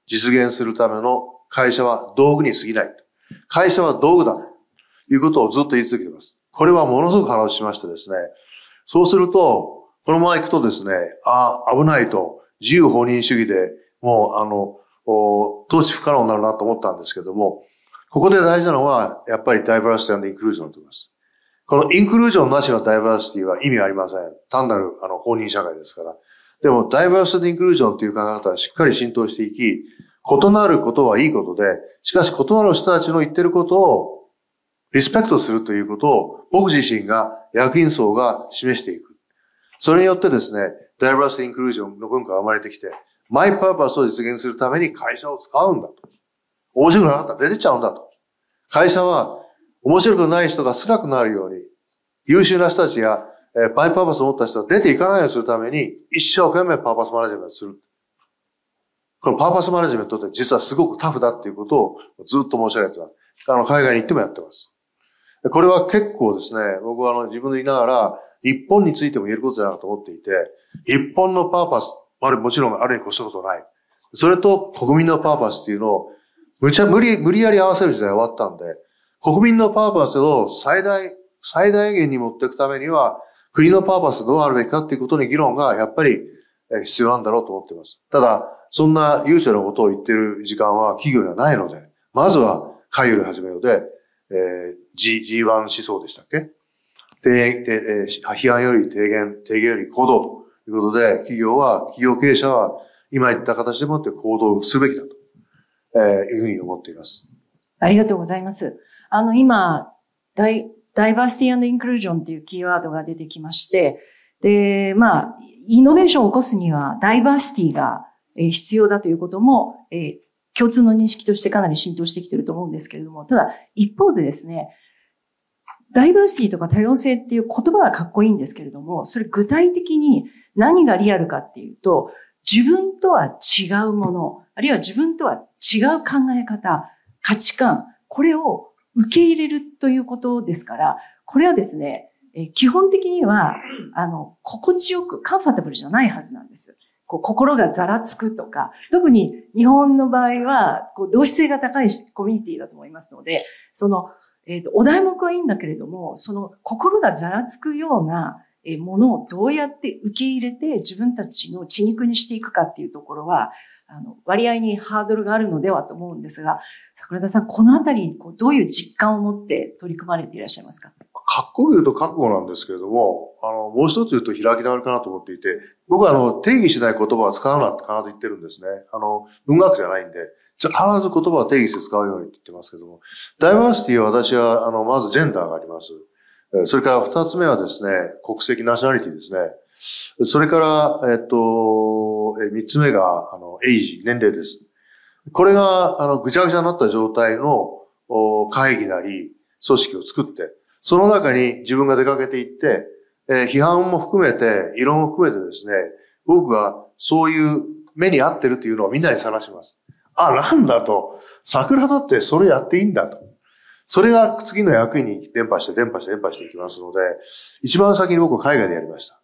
Speaker 3: 実現するための会社は道具に過ぎない。会社は道具だ。ということをずっと言い続けています。これはものすごく話をしましてですね。そうすると、このまま行くとですね、危ないと、自由放任主義で、もう、統治不可能になるなと思ったんですけども、ここで大事なのは、やっぱりダイバーシティ&インクルージョンだと思います。このインクルージョンなしのダイバーシティは意味ありません。単なる放任社会ですから。でも、ダイバーシティ&インクルージョンという考え方はしっかり浸透していき、異なることはいいことで、しかし異なる人たちの言ってることをリスペクトするということを僕自身が役員層が示していく。それによってですね、ダイバーシティ・インクルージョンの文化が生まれてきて、マイパーパスを実現するために会社を使うんだと。面白くなかったら出てっちゃうんだと。会社は面白くない人が少なくなるように、優秀な人たちやマイパーパスを持った人が出ていかないようにするために、一生懸命パーパスマネジメントをする。このパーパスマネジメントって実はすごくタフだっていうことをずっと申し上げてます。海外に行ってもやってます。これは結構ですね、僕は自分で言いながら、日本についても言えることじゃないかと思っていて、日本のパーパス、もちろんあるに越したことない。それと国民のパーパスっていうのを、無理やり合わせる時代が終わったんで、国民のパーパスを最大限に持っていくためには、国のパーパスどうあるべきかっていうことに議論がやっぱり必要なんだろうと思っています。ただ、そんな悠長なことを言っている時間は企業にはないので、まずは会より始めようで、G1 思想でしたっけ？批判より提言より行動ということで、企業経営者は今言った形でもって行動するべきだと、いうふうに思っています。
Speaker 2: ありがとうございます。今、ダイバーシティ&インクルージョンというキーワードが出てきまして、で、イノベーションを起こすにはダイバーシティが必要だということも、共通の認識としてかなり浸透してきていると思うんですけれども、ただ一方でですね、ダイバーシティとか多様性っていう言葉はかっこいいんですけれども、それ具体的に何がリアルかっていうと、自分とは違うもの、あるいは自分とは違う考え方、価値観、これを受け入れるということですから、これはですね、基本的には、心地よくカンファタブルじゃないはずなんです。心がざらつくとか、特に日本の場合は、同質性が高いコミュニティだと思いますので、お題目はいいんだけれども、心がざらつくようなものをどうやって受け入れて自分たちの血肉にしていくかっていうところは、割合にハードルがあるのではと思うんですが、桜田さん、このあたり、どういう実感を持って取り組まれていらっしゃいますか？
Speaker 3: かっこよく言うと覚悟なんですけれども、もう一つ言うと開き直りかなと思っていて、僕は定義しない言葉は使うなって必ず言ってるんですね。文学じゃないんで、必ず言葉を定義して使うようにって言ってますけども、ダイバーシティは私は、まずジェンダーがあります。それから二つ目はですね、国籍、ナショナリティですね。それから、三つ目が、エイジ、年齢です。これが、ぐちゃぐちゃになった状態の会議なり、組織を作って、その中に自分が出かけていって、批判も含めて、異論も含めてですね、僕がそういう目に合ってるっていうのをみんなにさらします。なんだと。桜だってそれやっていいんだと。それが次の役員に伝播していきますので、一番先に僕は海外でやりました。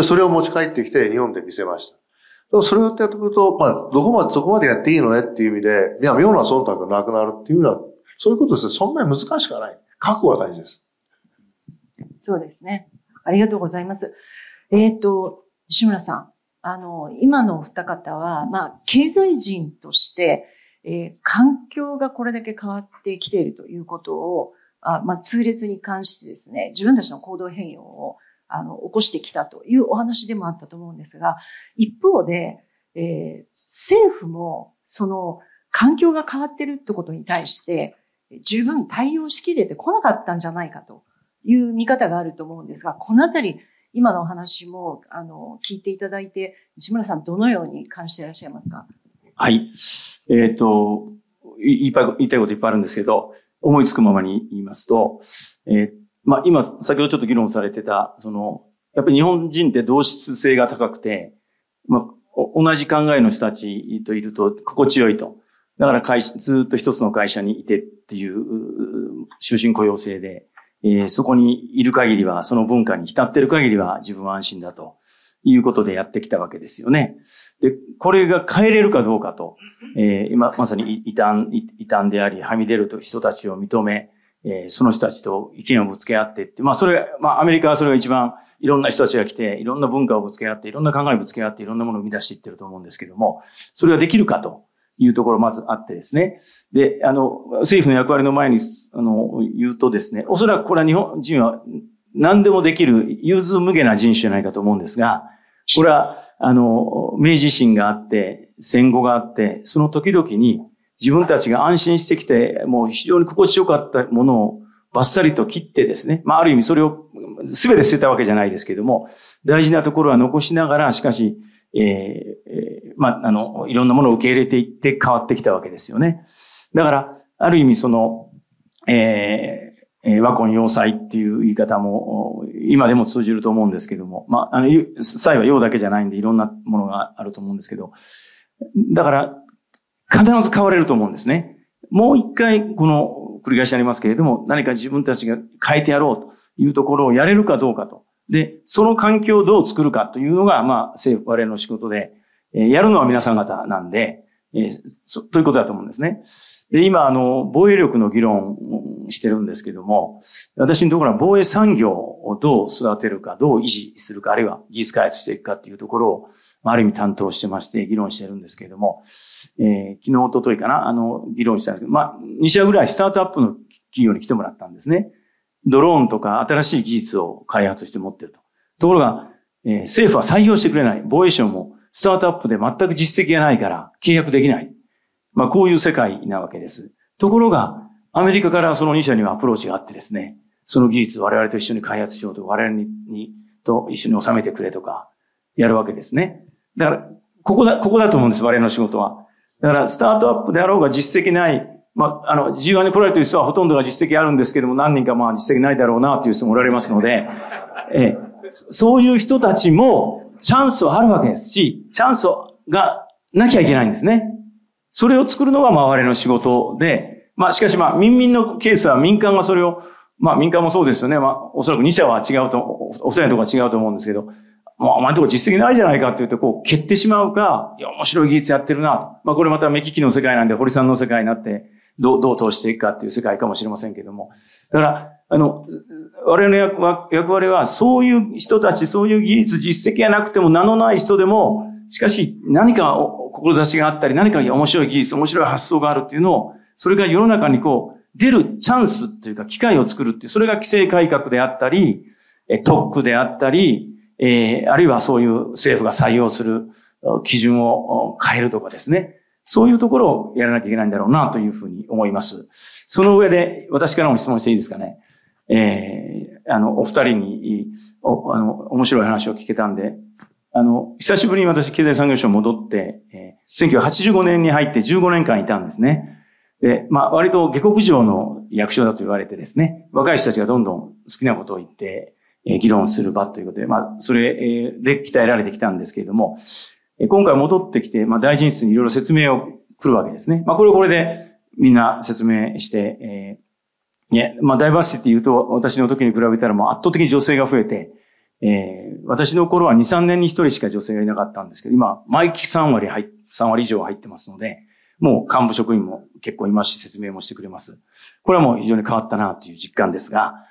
Speaker 3: それを持ち帰ってきて日本で見せました。それをやってくると、そこまでやっていいのねっていう意味で、妙な忖度がなくなるっていうのは、そういうことですね。そんなに難しくはない。覚悟が大事です。
Speaker 2: そうですね。ありがとうございます。西村さん。今のお二方は、経済人として、環境がこれだけ変わってきているということを、痛烈に関してですね、自分たちの行動変容を、起こしてきたというお話でもあったと思うんですが、一方で、政府も、環境が変わっているってことに対して、十分対応しきれてこなかったんじゃないかという見方があると思うんですが、このあたり、今のお話も、聞いていただいて、西村さん、どのように感じていらっしゃいますか？
Speaker 4: はい。言いたいこといっぱいあるんですけど、思いつくままに言いますと、今、先ほどちょっと議論されてた、やっぱり日本人って同質性が高くて、同じ考えの人たちといると心地よいと。だからずっと一つの会社にいてっていう終身雇用制で、そこにいる限りは、その文化に浸っている限りは自分は安心だということでやってきたわけですよね。で、これが変えれるかどうかと、今まさに異端であり、はみ出る人たちを認め、その人たちと意見をぶつけ合ってって、それ、アメリカはそれが一番いろんな人たちが来て、いろんな文化をぶつけ合って、いろんな考えをぶつけ合って、いろんなものを生み出していってると思うんですけども、それができるかというところまずあってですね。で、政府の役割の前に、言うとですね、おそらくこれは日本人は何でもできる融通無下な人種じゃないかと思うんですが、これは、明治維新があって、戦後があって、その時々に自分たちが安心してきて、もう非常に心地よかったものをバッサリと切ってですね、ある意味それを全て捨てたわけじゃないですけども、大事なところは残しながら、しかし、いろんなものを受け入れていって変わってきたわけですよね。だから、ある意味和魂要塞っていう言い方も今でも通じると思うんですけども、祭は用だけじゃないんでいろんなものがあると思うんですけど、だから必ず変われると思うんですね。もう一回繰り返しになりますけれども、何か自分たちが変えてやろうというところをやれるかどうかと。で、その環境をどう作るかというのが、我々の仕事で、やるのは皆さん方なんで、ということだと思うんですね。で、今、防衛力の議論をしてるんですけども、私のところは防衛産業をどう育てるか、どう維持するか、あるいは技術開発していくかっていうところを、ある意味担当してまして、議論してるんですけれども、昨日、一昨日かな、議論したんですけど、2社ぐらいスタートアップの企業に来てもらったんですね。ドローンとか新しい技術を開発して持ってると。ところが、政府は採用してくれない。防衛省もスタートアップで全く実績がないから契約できない。こういう世界なわけです。ところが、アメリカからその2社にはアプローチがあってですね、その技術を我々と一緒に開発しようと、我々と一緒に収めてくれとか、やるわけですね。だから、ここだと思うんです、我々の仕事は。だから、スタートアップであろうが実績ない、G1 に来られている人はほとんどが実績あるんですけども、何人か実績ないだろうなという人もおられますので、そういう人たちもチャンスはあるわけですし、チャンスがなきゃいけないんですね。それを作るのが我々の仕事で、しかし民民のケースは民間がそれを、民間もそうですよね。おそらく2社は違うと、お二人のところは違うと思うんですけど、お前のところ実績ないじゃないかって言うと、蹴ってしまうか、いや、面白い技術やってるな。これまた目利きの世界なんで、堀さんの世界になって、どう通していくかっていう世界かもしれませんけども。だから、我々の役割は、そういう人たち、そういう技術、実績がなくても名のない人でも、しかし何か志があったり、何か面白い技術、面白い発想があるっていうのを、それが世の中に出るチャンスっていうか、機会を作るっていう、それが規制改革であったり、特区であったり、あるいはそういう政府が採用する基準を変えるとかですね。そういうところをやらなきゃいけないんだろうなというふうに思います。その上で、私からも質問していいですかね。お二人に、面白い話を聞けたんで、久しぶりに私、経済産業省戻って、1985年に入って15年間いたんですね。で、割と下克上の役所だと言われてですね、若い人たちがどんどん好きなことを言って、議論する場ということで、それで鍛えられてきたんですけれども、今回戻ってきて、大臣室にいろいろ説明を来るわけですね。これでみんな説明して、ダイバーシティって言うと、私の時に比べたらもう圧倒的に女性が増えて、私の頃は2、3年に1人しか女性がいなかったんですけど、今、毎期3割以上入ってますので、もう幹部職員も結構いますし、説明もしてくれます。これはもう非常に変わったなという実感ですが、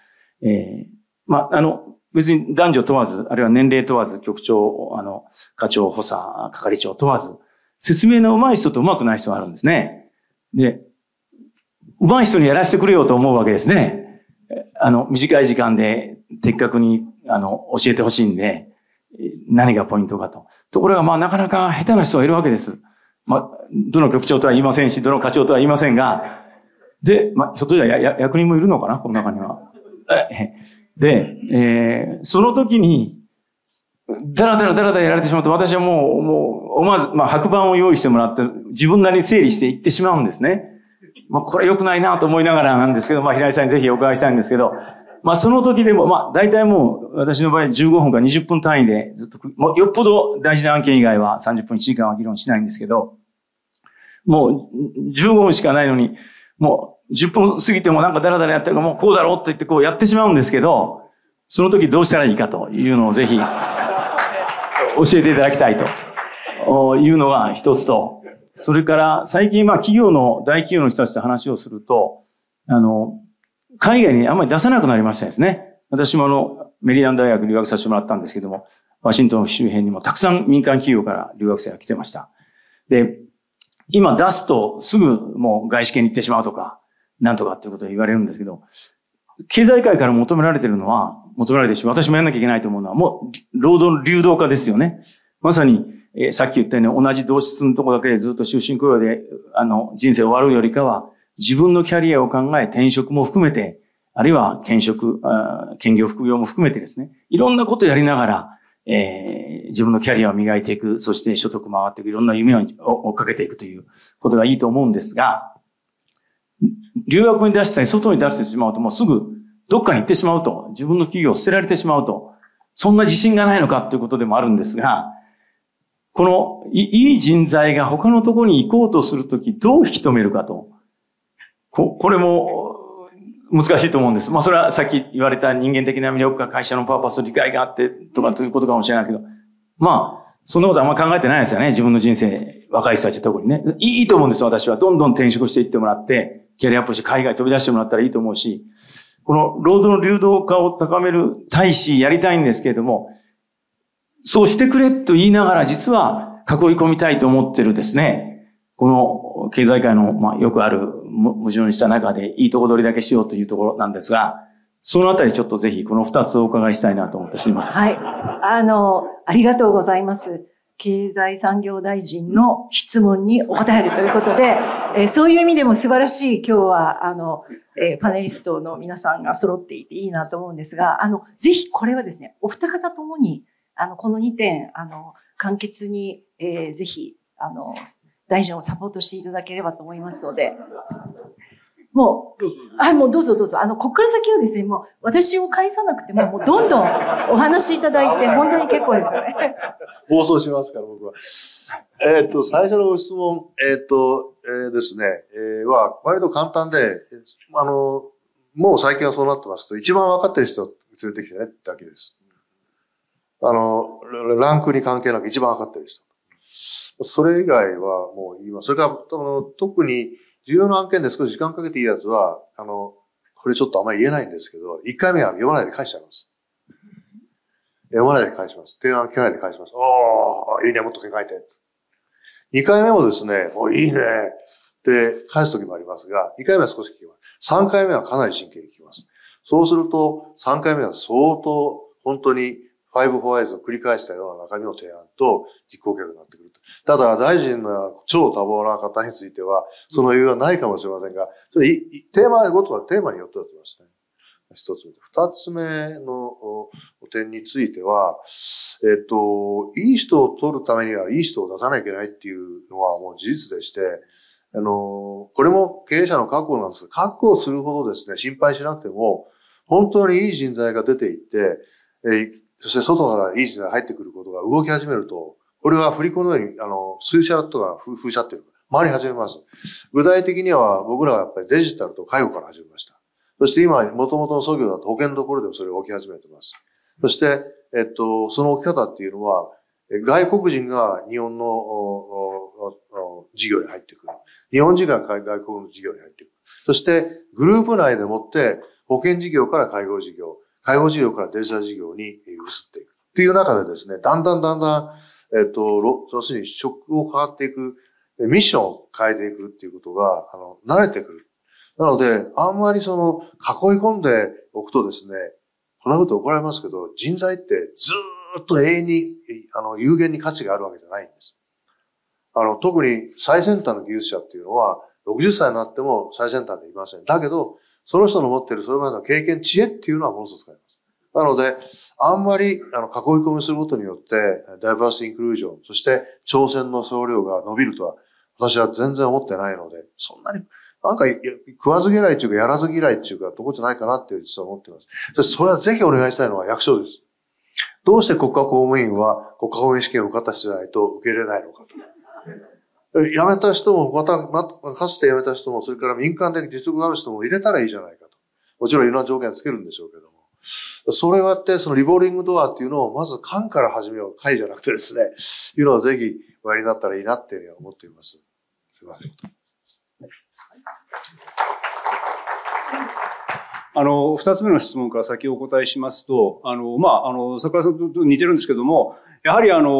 Speaker 4: 別に男女問わず、あるいは年齢問わず、局長、課長、補佐、係長問わず、説明の上手い人と上手くない人があるんですね。で、上手い人にやらせてくれよと思うわけですね。短い時間で的確に、教えてほしいんで、何がポイントかと。ところが、なかなか下手な人がいるわけです。どの局長とは言いませんし、どの課長とは言いませんが、で、ひょっとしたら役人もいるのかな、この中には。で、その時に、だらだらやられてしまうと、私はもう、思わず、白板を用意してもらって、自分なりに整理していってしまうんですね。これ良くないなと思いながらなんですけど、平井さんにぜひお伺いしたいんですけど、その時でも、大体もう、私の場合15分から20分単位でずっと、よっぽど大事な案件以外は30分1時間は議論しないんですけど、もう15分しかないのに、もう10分過ぎてもなんかダラダラやってるからもうこうだろうって言ってやってしまうんですけど、その時どうしたらいいかというのをぜひ教えていただきたいというのが一つと、それから最近大企業の人たちと話をすると、海外にあんまり出さなくなりましたですね。私もメリーランド大学留学させてもらったんですけども、ワシントン周辺にもたくさん民間企業から留学生が来てました。で、今出すとすぐもう外資系に行ってしまうとか、なんとかっていうことを言われるんですけど、経済界から求められているのは、求められてるし、私もやんなきゃいけないと思うのは、もう、労働の流動化ですよね。まさに、さっき言ったように同じ同質のところだけでずっと終身雇用で、人生終わるよりかは、自分のキャリアを考え、転職も含めて、あるいは兼業副業も含めてですね、いろんなことをやりながら、自分のキャリアを磨いていく、そして所得も上がっていく、いろんな夢を追っかけていくということがいいと思うんですが、留学に出したり、外に出してしまうと、もうすぐどっかに行ってしまうと、自分の企業を捨てられてしまうと、そんな自信がないのかということでもあるんですが、このいい人材が他のところに行こうとするとき、どう引き止めるかと。これも難しいと思うんです。それはさっき言われた人間的な魅力か会社のパーパスと理解があってとかということかもしれないですけど、そんなことあんま考えてないですよね。自分の人生、若い人たちは特にね。いいと思うんですよ、私は。どんどん転職していってもらって、キャリアアップして海外飛び出してもらったらいいと思うし、この労働の流動化を高める大使やりたいんですけれども、そうしてくれと言いながら実は囲い込みたいと思ってるですね。この経済界の、よくある矛盾した中でいいとこ取りだけしようというところなんですが、そのあたりちょっとぜひこの2つをお伺いしたいなと思ってすみません。
Speaker 2: はい。ありがとうございます。経済産業大臣の質問にお答えるということで、そういう意味でも素晴らしい今日は、パネリストの皆さんが揃っていていいなと思うんですが、ぜひこれはですね、お二方ともに、この2点、簡潔に、ぜひ、大臣をサポートしていただければと思いますので、もうどうぞ。ここから先はですね、もう私を返さなくても、もうどんどんお話しいただいて、本当に結構ですよね。
Speaker 3: 放送しますから、僕は。最初のご質問、ですね、は、割と簡単で、もう最近はそうなってますと、一番分かってる人を連れてきてね、ってわけです。ランクに関係なく一番分かってる人。それ以外はもう言います。それから、特に重要な案件で少し時間かけていいやつは、これちょっとあんまり言えないんですけど、1回目は読まないで返しちゃいます。読まないで返します。提案聞かないで返します。いいね、もっと考えて。2回目もですね、いいね、って返すときもありますが、2回目は少し聞きます。3回目はかなり真剣に聞きます。そうすると、3回目は相当、本当に、5 Whys を繰り返したような中身の提案と実行計画になってくると。ただ、大臣の超多忙な方については、その余裕はないかもしれませんが、それテーマごとはテーマによってだと思いますね。一つ目。二つ目の点については、いい人を取るためにはいい人を出さなきゃいけないっていうのはもう事実でして、これも経営者の覚悟なんですが、覚悟するほどですね、心配しなくても、本当にいい人材が出ていって、そして外からいい人材が入ってくることが動き始めると、これは振り子のように、水車とか風車っていうか、回り始めます。具体的には僕らはやっぱりデジタルと介護から始めました。そして今、元々の創業だと保険どころでもそれが起き始めてます。そして、その起き方っていうのは、外国人が日本の事業に入ってくる。日本人が外国の事業に入ってくる。そして、グループ内でもって保険事業から介護事業、介護事業からデジタル事業に移っていく。っていう中でですね、だんだん、要するに職を変わっていく、ミッションを変えていくっていうことが、慣れてくる。なので、あんまり囲い込んでおくとですね、こんなこと怒られますけど、人材ってずーっと永遠に、有限に価値があるわけじゃないんです。特に最先端の技術者っていうのは、60歳になっても最先端でいません。だけど、その人の持っているそれまでの経験、知恵っていうのはものすごく使います。なので、あんまり、囲い込みすることによって、ダイバーシティインクルージョン、そして挑戦の総量が伸びるとは、私は全然思ってないので、そんなに、食わず嫌いっていうか、やらず嫌いっていうか、とこじゃないかなって実は思っています。それはぜひお願いしたいのは役所です。どうして国家公務員は国家公務員試験を受かった人じゃないと受け入れないのかと。辞めた人も、かつて辞めた人も、それから民間的実力がある人も入れたらいいじゃないかと。もちろんいろんな条件をつけるんでしょうけども。 それをやって、そのリボルビングドアっていうのを、まず間から始めよう。会じゃなくてですね、いうのをぜひおやりになったらいいなっていうふうに思っています。すいません。
Speaker 1: 二つ目の質問から先お答えしますと、桜さんと似てるんですけども、やはりちゃん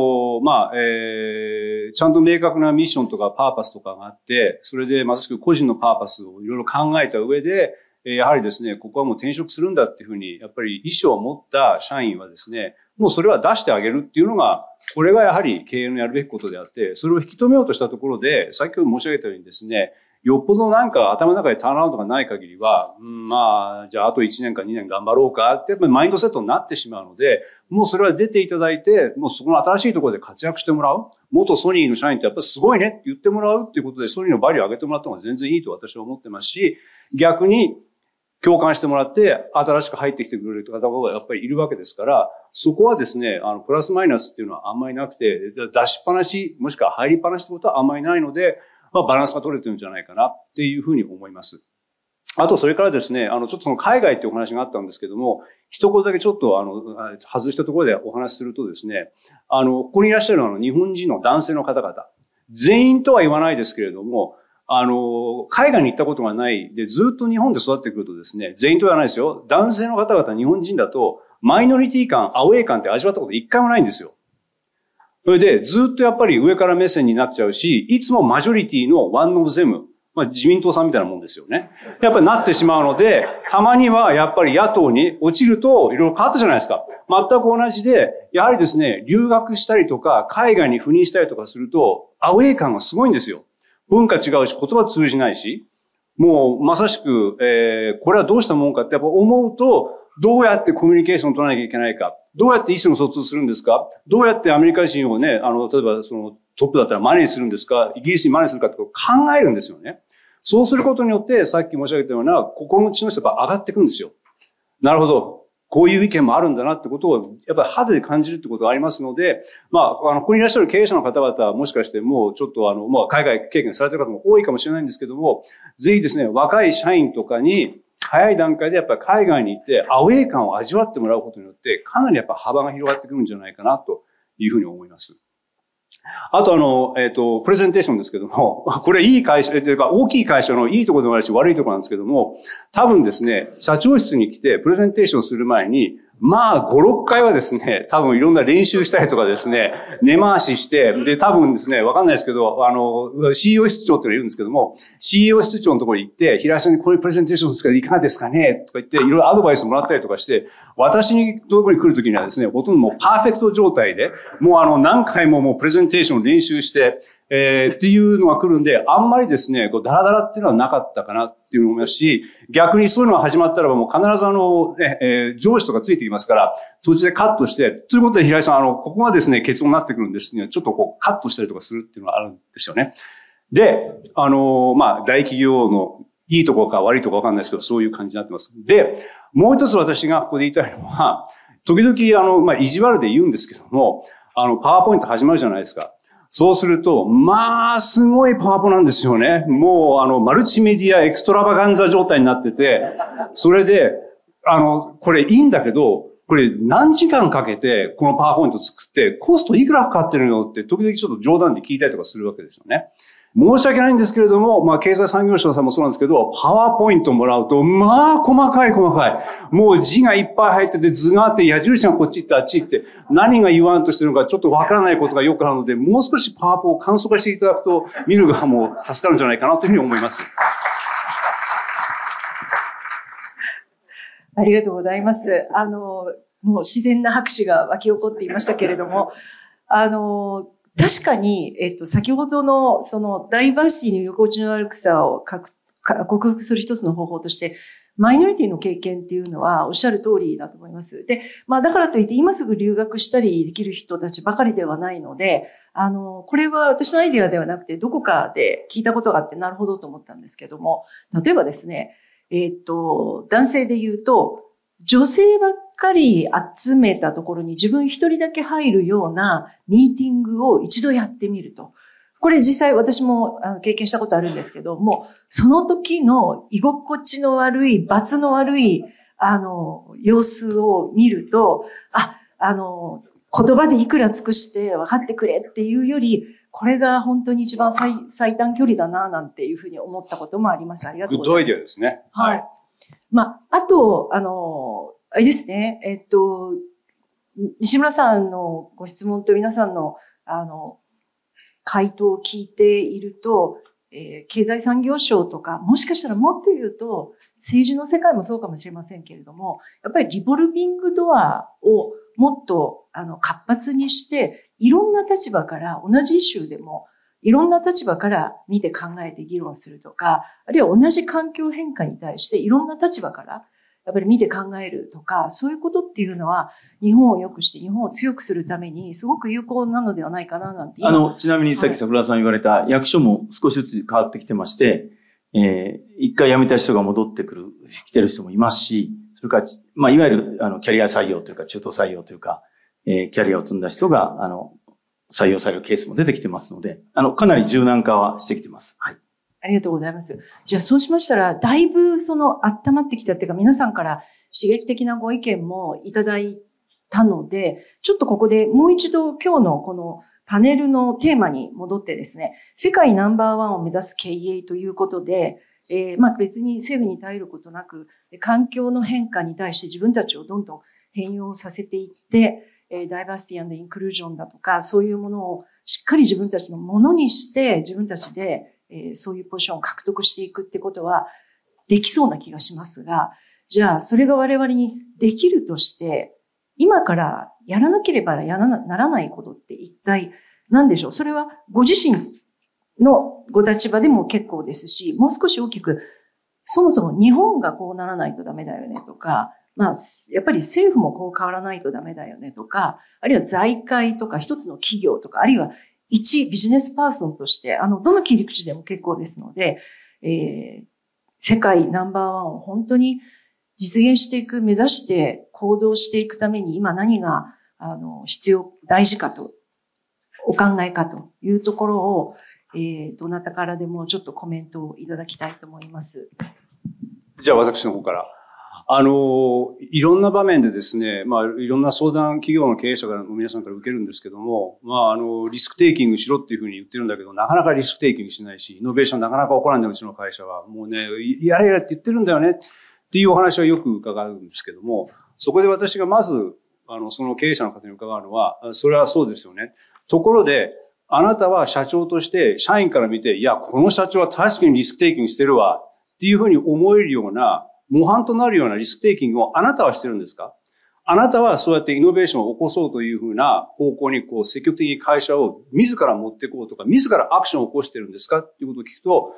Speaker 1: と明確なミッションとかパーパスとかがあって、それでまさしく個人のパーパスをいろいろ考えた上で、やはりですね、ここはもう転職するんだっていうふうに、やっぱり意思を持った社員はですね、もうそれは出してあげるっていうのが、これがやはり経営のやるべきことであって、それを引き止めようとしたところで、先ほど申し上げたようにですね、よっぽどなんか頭の中でターンアウトがない限りは、じゃああと1年か2年頑張ろうかって、やっぱりマインドセットになってしまうので、もうそれは出ていただいて、もうそこの新しいところで活躍してもらう。元ソニーの社員ってやっぱりすごいねって言ってもらうっていうことで、ソニーのバリューを上げてもらった方が全然いいと私は思ってますし、逆に共感してもらって、新しく入ってきてくれる方がやっぱりいるわけですから、そこはですね、プラスマイナスっていうのはあんまりなくて、出しっぱなし、もしくは入りっぱなしってことはあんまりないので、バランスが取れてるんじゃないかなっていうふうに思います。あと、それからですね、ちょっとその海外っていうお話があったんですけども、一言だけちょっと外したところでお話しするとですね、ここにいらっしゃる日本人の男性の方々、全員とは言わないですけれども、海外に行ったことがないで、ずっと日本で育ってくるとですね、全員とは言わないですよ。男性の方々、日本人だと、マイノリティ感、アウェイ感って味わったこと一回もないんですよ。それで、ずっとやっぱり上から目線になっちゃうし、いつもマジョリティのワンオブゼム、自民党さんみたいなもんですよね。やっぱりなってしまうので、たまにはやっぱり野党に落ちるといろいろ変わったじゃないですか。全く同じで、やはりですね、留学したりとか、海外に赴任したりとかすると、アウェイ感がすごいんですよ。文化違うし、言葉通じないし、もうまさしく、これはどうしたもんかってやっぱ思うと、どうやってコミュニケーションを取らなきゃいけないか。どうやって意思の疎通するんですか。どうやってアメリカ人をね、例えばそのトップだったらマネーするんですか。イギリスにマネーするかってことを考えるんですよね。そうすることによって、さっき申し上げたような心の知の人が上がってくるんですよ。なるほど。こういう意見もあるんだなってことを、やっぱり肌で感じるってことがありますので、ここにいらっしゃる経営者の方々はもしかしてもうちょっと海外経験されている方も多いかもしれないんですけども、ぜひですね、若い社員とかに、早い段階でやっぱり海外に行ってアウェイ感を味わってもらうことによって、かなりやっぱ幅が広がってくるんじゃないかなというふうに思います。あとプレゼンテーションですけども、これいい会社、というか大きい会社のいいところでもあるし悪いところなんですけども、多分ですね、社長室に来てプレゼンテーションする前に、5、6回はですね、多分いろんな練習したりとかですね、根回しして、で、多分ですね、わかんないですけど、CEO 室長っていうのがいるんですけども、CEO 室長のところに行って、平井さんにこういうプレゼンテーションですからいかがですかねとか言って、いろいろアドバイスもらったりとかして、私のところに来るときにはですね、ほとんどもうパーフェクト状態で、もう何回ももうプレゼンテーションを練習して、っていうのが来るんで、あんまりですね、ダラダラっていうのはなかったかなっていうのを思いますし、逆にそういうのが始まったらもう必ず上司とかついてきますから、途中でカットして、ということで平井さん、ここがですね、結論になってくるんですね、ちょっとカットしたりとかするっていうのがあるんですよね。で、大企業のいいところか悪いところわかんないですけど、そういう感じになってます。で、もう一つ私がここで言いたいのは、時々意地悪で言うんですけども、パワーポイント始まるじゃないですか。そうすると、すごいパワポなんですよね。もう、マルチメディアエクストラバガンザ状態になってて、それで、これいいんだけど、これ何時間かけてこのパワーポイント作って、コストいくらかかってるのって時々ちょっと冗談で聞いたりとかするわけですよね。申し訳ないんですけれども、経済産業省さんもそうなんですけど、パワーポイントもらうと、細かい。もう字がいっぱい入ってて、図があって、矢印がこっち行ってあっち行って、何が言わんとしてるのかちょっとわからないことがよくあるので、もう少しパワーポを簡素化していただくと、見る側も助かるんじゃないかなというふうに思います。
Speaker 2: ありがとうございます。もう自然な拍手が湧き起こっていましたけれども、確かに、先ほどの、その、ダイバーシティの居心地の悪くさを克服する一つの方法として、マイノリティの経験っていうのはおっしゃる通りだと思います。で、だからといって今すぐ留学したりできる人たちばかりではないので、これは私のアイデアではなくて、どこかで聞いたことがあってなるほどと思ったんですけども、例えばですね、男性で言うと、女性ばっかり集めたところに自分一人だけ入るようなミーティングを一度やってみると。これ実際私も経験したことあるんですけども、その時の居心地の悪い、罰の悪い、 様子を見ると、言葉でいくら尽くして分かってくれっていうより、これが本当に一番最短距離だな、なんていうふうに思ったこともあります。ありがとうございます。
Speaker 1: グッドアイデアですね。
Speaker 2: はい。あと、あれですね、西村さんのご質問と皆さんの、回答を聞いていると、経済産業省とか、もしかしたらもっと言うと、政治の世界もそうかもしれませんけれども、やっぱりリボルビングドアをもっと活発にして、いろんな立場から、同じイシューでも、いろんな立場から見て考えて議論するとか、あるいは同じ環境変化に対していろんな立場からやっぱり見て考えるとか、そういうことっていうのは日本を良くして日本を強くするためにすごく有効なのではないかななんて。
Speaker 4: ちなみにさっき桜田さん言われた役所も少しずつ変わってきてまして、一回辞めた人が戻ってきてる人もいますし、それから、いわゆるキャリア採用というか中途採用というか、キャリアを積んだ人が採用されるケースも出てきてますので、かなり柔軟化はしてきてます。はい。
Speaker 2: ありがとうございます。じゃあそうしましたら、だいぶ温まってきたっていうか、皆さんから刺激的なご意見もいただいたので、ちょっとここでもう一度今日のこのパネルのテーマに戻ってですね、世界ナンバーワンを目指す経営ということで、別に政府に頼ることなく、環境の変化に対して自分たちをどんどん変容させていって、ダイバーシティ&インクルージョンだとか、そういうものをしっかり自分たちのものにして、自分たちでそういうポジションを獲得していくってことはできそうな気がしますが、じゃあそれが我々にできるとして、今からやらなければならないことって一体何でしょう。それはご自身のご立場でも結構ですし、もう少し大きく、そもそも日本がこうならないとダメだよねとか、やっぱり政府もこう変わらないとダメだよねとか、あるいは財界とか一つの企業とか、あるいは一ビジネスパーソンとして、どの切り口でも結構ですので、世界ナンバーワンを本当に実現していく、目指して行動していくために今何が、大事かと、お考えかというところを、どなたからでもちょっとコメントをいただきたいと思います。
Speaker 1: じゃあ私の方から。いろんな場面でですね、いろんな相談企業の経営者からの皆さんから受けるんですけども、リスクテイキングしろっていうふうに言ってるんだけど、なかなかリスクテイキングしないし、イノベーションなかなか起こらない、うちの会社は。もうね、やれって言ってるんだよねっていうお話はよく伺うんですけども、そこで私がまず、その経営者の方に伺うのは、それはそうですよね。ところで、あなたは社長として社員から見て、いや、この社長は確かにリスクテイキングしてるわっていうふうに思えるような、模範となるようなリスクテイキングをあなたはしてるんですか？あなたはそうやってイノベーションを起こそうというふうな方向に積極的に会社を自ら持っていこうとか、自らアクションを起こしてるんですかっていうことを聞くと、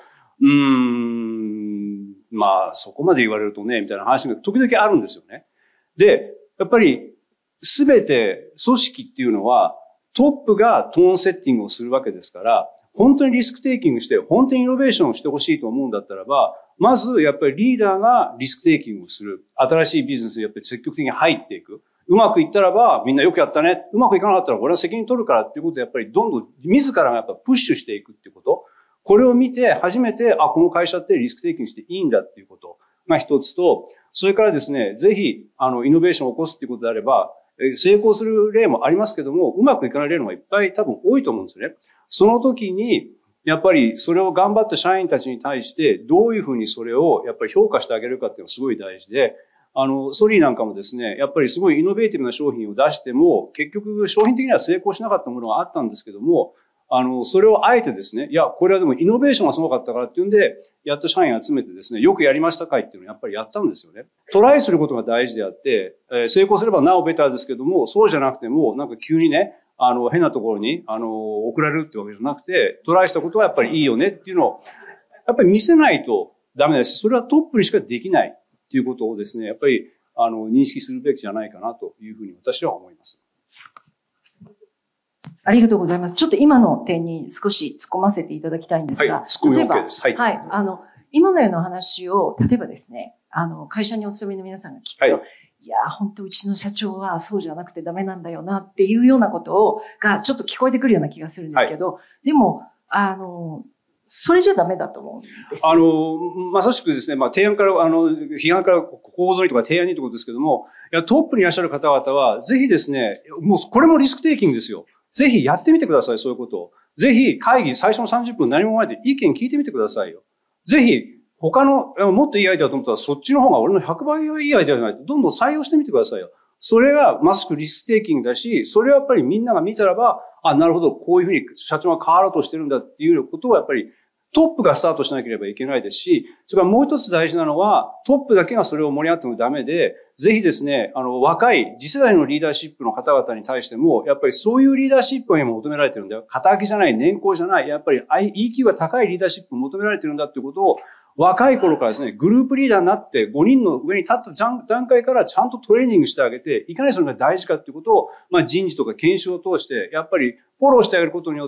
Speaker 1: そこまで言われるとね、みたいな話が時々あるんですよね。で、やっぱりすべて組織っていうのはトップがトーンセッティングをするわけですから、本当にリスクテイキングして、本当にイノベーションをしてほしいと思うんだったらば、まずやっぱりリーダーがリスクテイキングをする。新しいビジネスにやっぱり積極的に入っていく。うまくいったらば、みんなよくやったね。うまくいかなかったら俺は責任取るからっていうことで、やっぱりどんどん自らがやっぱプッシュしていくっていうこと。これを見て初めて、この会社ってリスクテイキングしていいんだっていうことが一つと、それからですね、ぜひ、イノベーションを起こすっていうことであれば、成功する例もありますけども、うまくいかない例の方がいっぱい多分多いと思うんですよね。その時に、やっぱりそれを頑張った社員たちに対してどういうふうにそれをやっぱり評価してあげるかっていうのがすごい大事で、ソリーなんかもですね、やっぱりすごいイノベーティブな商品を出しても、結局商品的には成功しなかったものがあったんですけども、それをあえてですね、いや、これはでもイノベーションがすごかったからっていうんで、やっと社員集めてですね、よくやりましたかいっていうのをやっぱりやったんですよね。トライすることが大事であって、成功すればなおベターですけども、そうじゃなくても、なんか急にね、変なところに、送られるってわけじゃなくて、トライしたことはやっぱりいいよねっていうのを、やっぱり見せないとダメだし、それはトップにしかできないっていうことをですね、やっぱり、認識するべきじゃないかなというふうに私は思います。
Speaker 2: ありがとうございます。ちょっと今の点に少し突っ込ませていただきたいんですが、
Speaker 1: はい、突っ込み OK です。はい。
Speaker 2: はい。今のような話を、例えばですね、会社にお勤めの皆さんが聞くと、はい、いや、本当うちの社長はそうじゃなくてダメなんだよなっていうようなことがちょっと聞こえてくるような気がするんですけど、はい、でも、 それじゃダメだと思うんです。
Speaker 1: まさしくですね、提案から、批判から行動にとか提案にということですけども、いや、トップにいらっしゃる方々は、ぜひですね、もう、これもリスクテイキングですよ。ぜひやってみてください、そういうことを。ぜひ会議、最初の30分何もないで意見聞いてみてくださいよ。ぜひ、他の、もっといいアイデアだと思ったら、そっちの方が俺の100倍いいアイデアじゃないと、どんどん採用してみてくださいよ。それがまさしくリスクテイキングだし、それはやっぱりみんなが見たらば、なるほど、こういうふうに社長が変わろうとしてるんだっていうことをやっぱりトップがスタートしなければいけないですし、それからもう一つ大事なのは、トップだけがそれを盛り上がってもダメで、ぜひですね、若い次世代のリーダーシップの方々に対しても、やっぱりそういうリーダーシップが今求められてるんだよ。肩書きじゃない、年功じゃない、やっぱり EQ が高いリーダーシップを求められてるんだっていうことを、若い頃からですね、グループリーダーになって5人の上に立った段階からちゃんとトレーニングしてあげて、いかにそれが大事かっていうことを、人事とか研修を通して、やっぱりフォローしてあげることによって、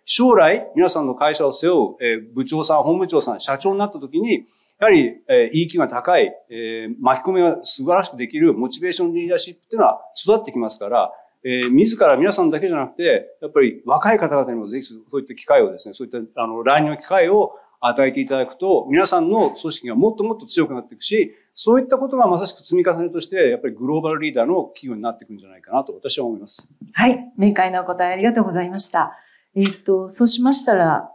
Speaker 1: 将来皆さんの会社を背負う、部長さん、本部長さん、社長になった時に、やはり、EQ が高い、巻き込みが素晴らしくできるモチベーションリーダーシップっていうのは育ってきますから、自ら皆さんだけじゃなくて、やっぱり若い方々にもぜひそういった機会をですね、そういった来任の機会を与えていただくと、皆さんの組織がもっともっと強くなっていくし、そういったことがまさしく積み重ねとして、やっぱりグローバルリーダーの企業になっていくんじゃないかなと私は思います。
Speaker 2: はい。明快なお答えありがとうございました。そうしましたら、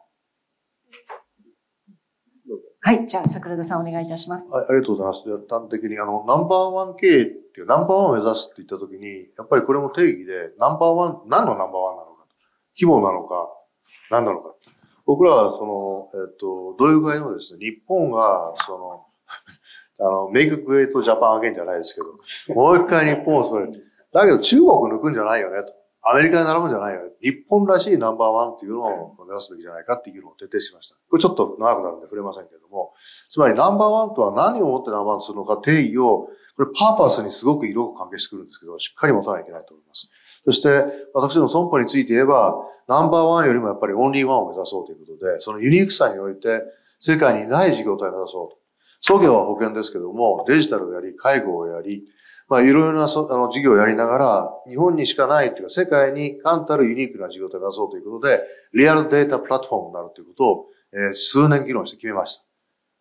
Speaker 2: はい。じゃあ、桜田さんお願いいたします。
Speaker 3: はい、ありがとうございます。端的に、ナンバーワン経営っていう、ナンバーワンを目指すって言ったときに、やっぱりこれも定義で、ナンバーワン、何のナンバーワンなのか、規模なのか、何なのか。僕らは、どういう具合のですね、日本が、Make Great Japan Again じゃないですけど、もう一回日本をだけど中国抜くんじゃないよねと。アメリカに並ぶんじゃないよね。日本らしいナンバーワンっていうのを目指すべきじゃないかっていうのを徹底しました。これちょっと長くなるんで触れませんけれども、つまりナンバーワンとは何をもってナンバーワンとするのか定義を、これパーパスにすごく色が関係してくるんですけど、しっかり持たなきゃいけないと思います。そして、私の損保について言えば、ナンバーワンよりもやっぱりオンリーワンを目指そうということで、そのユニークさにおいて、世界にない事業体を目指そうと。創業は保険ですけども、デジタルをやり、介護をやり、いろいろな事業をやりながら、日本にしかないというか、世界に冠たるユニークな事業体を目指そうということで、リアルデータプラットフォームになるということを、数年議論して決めました。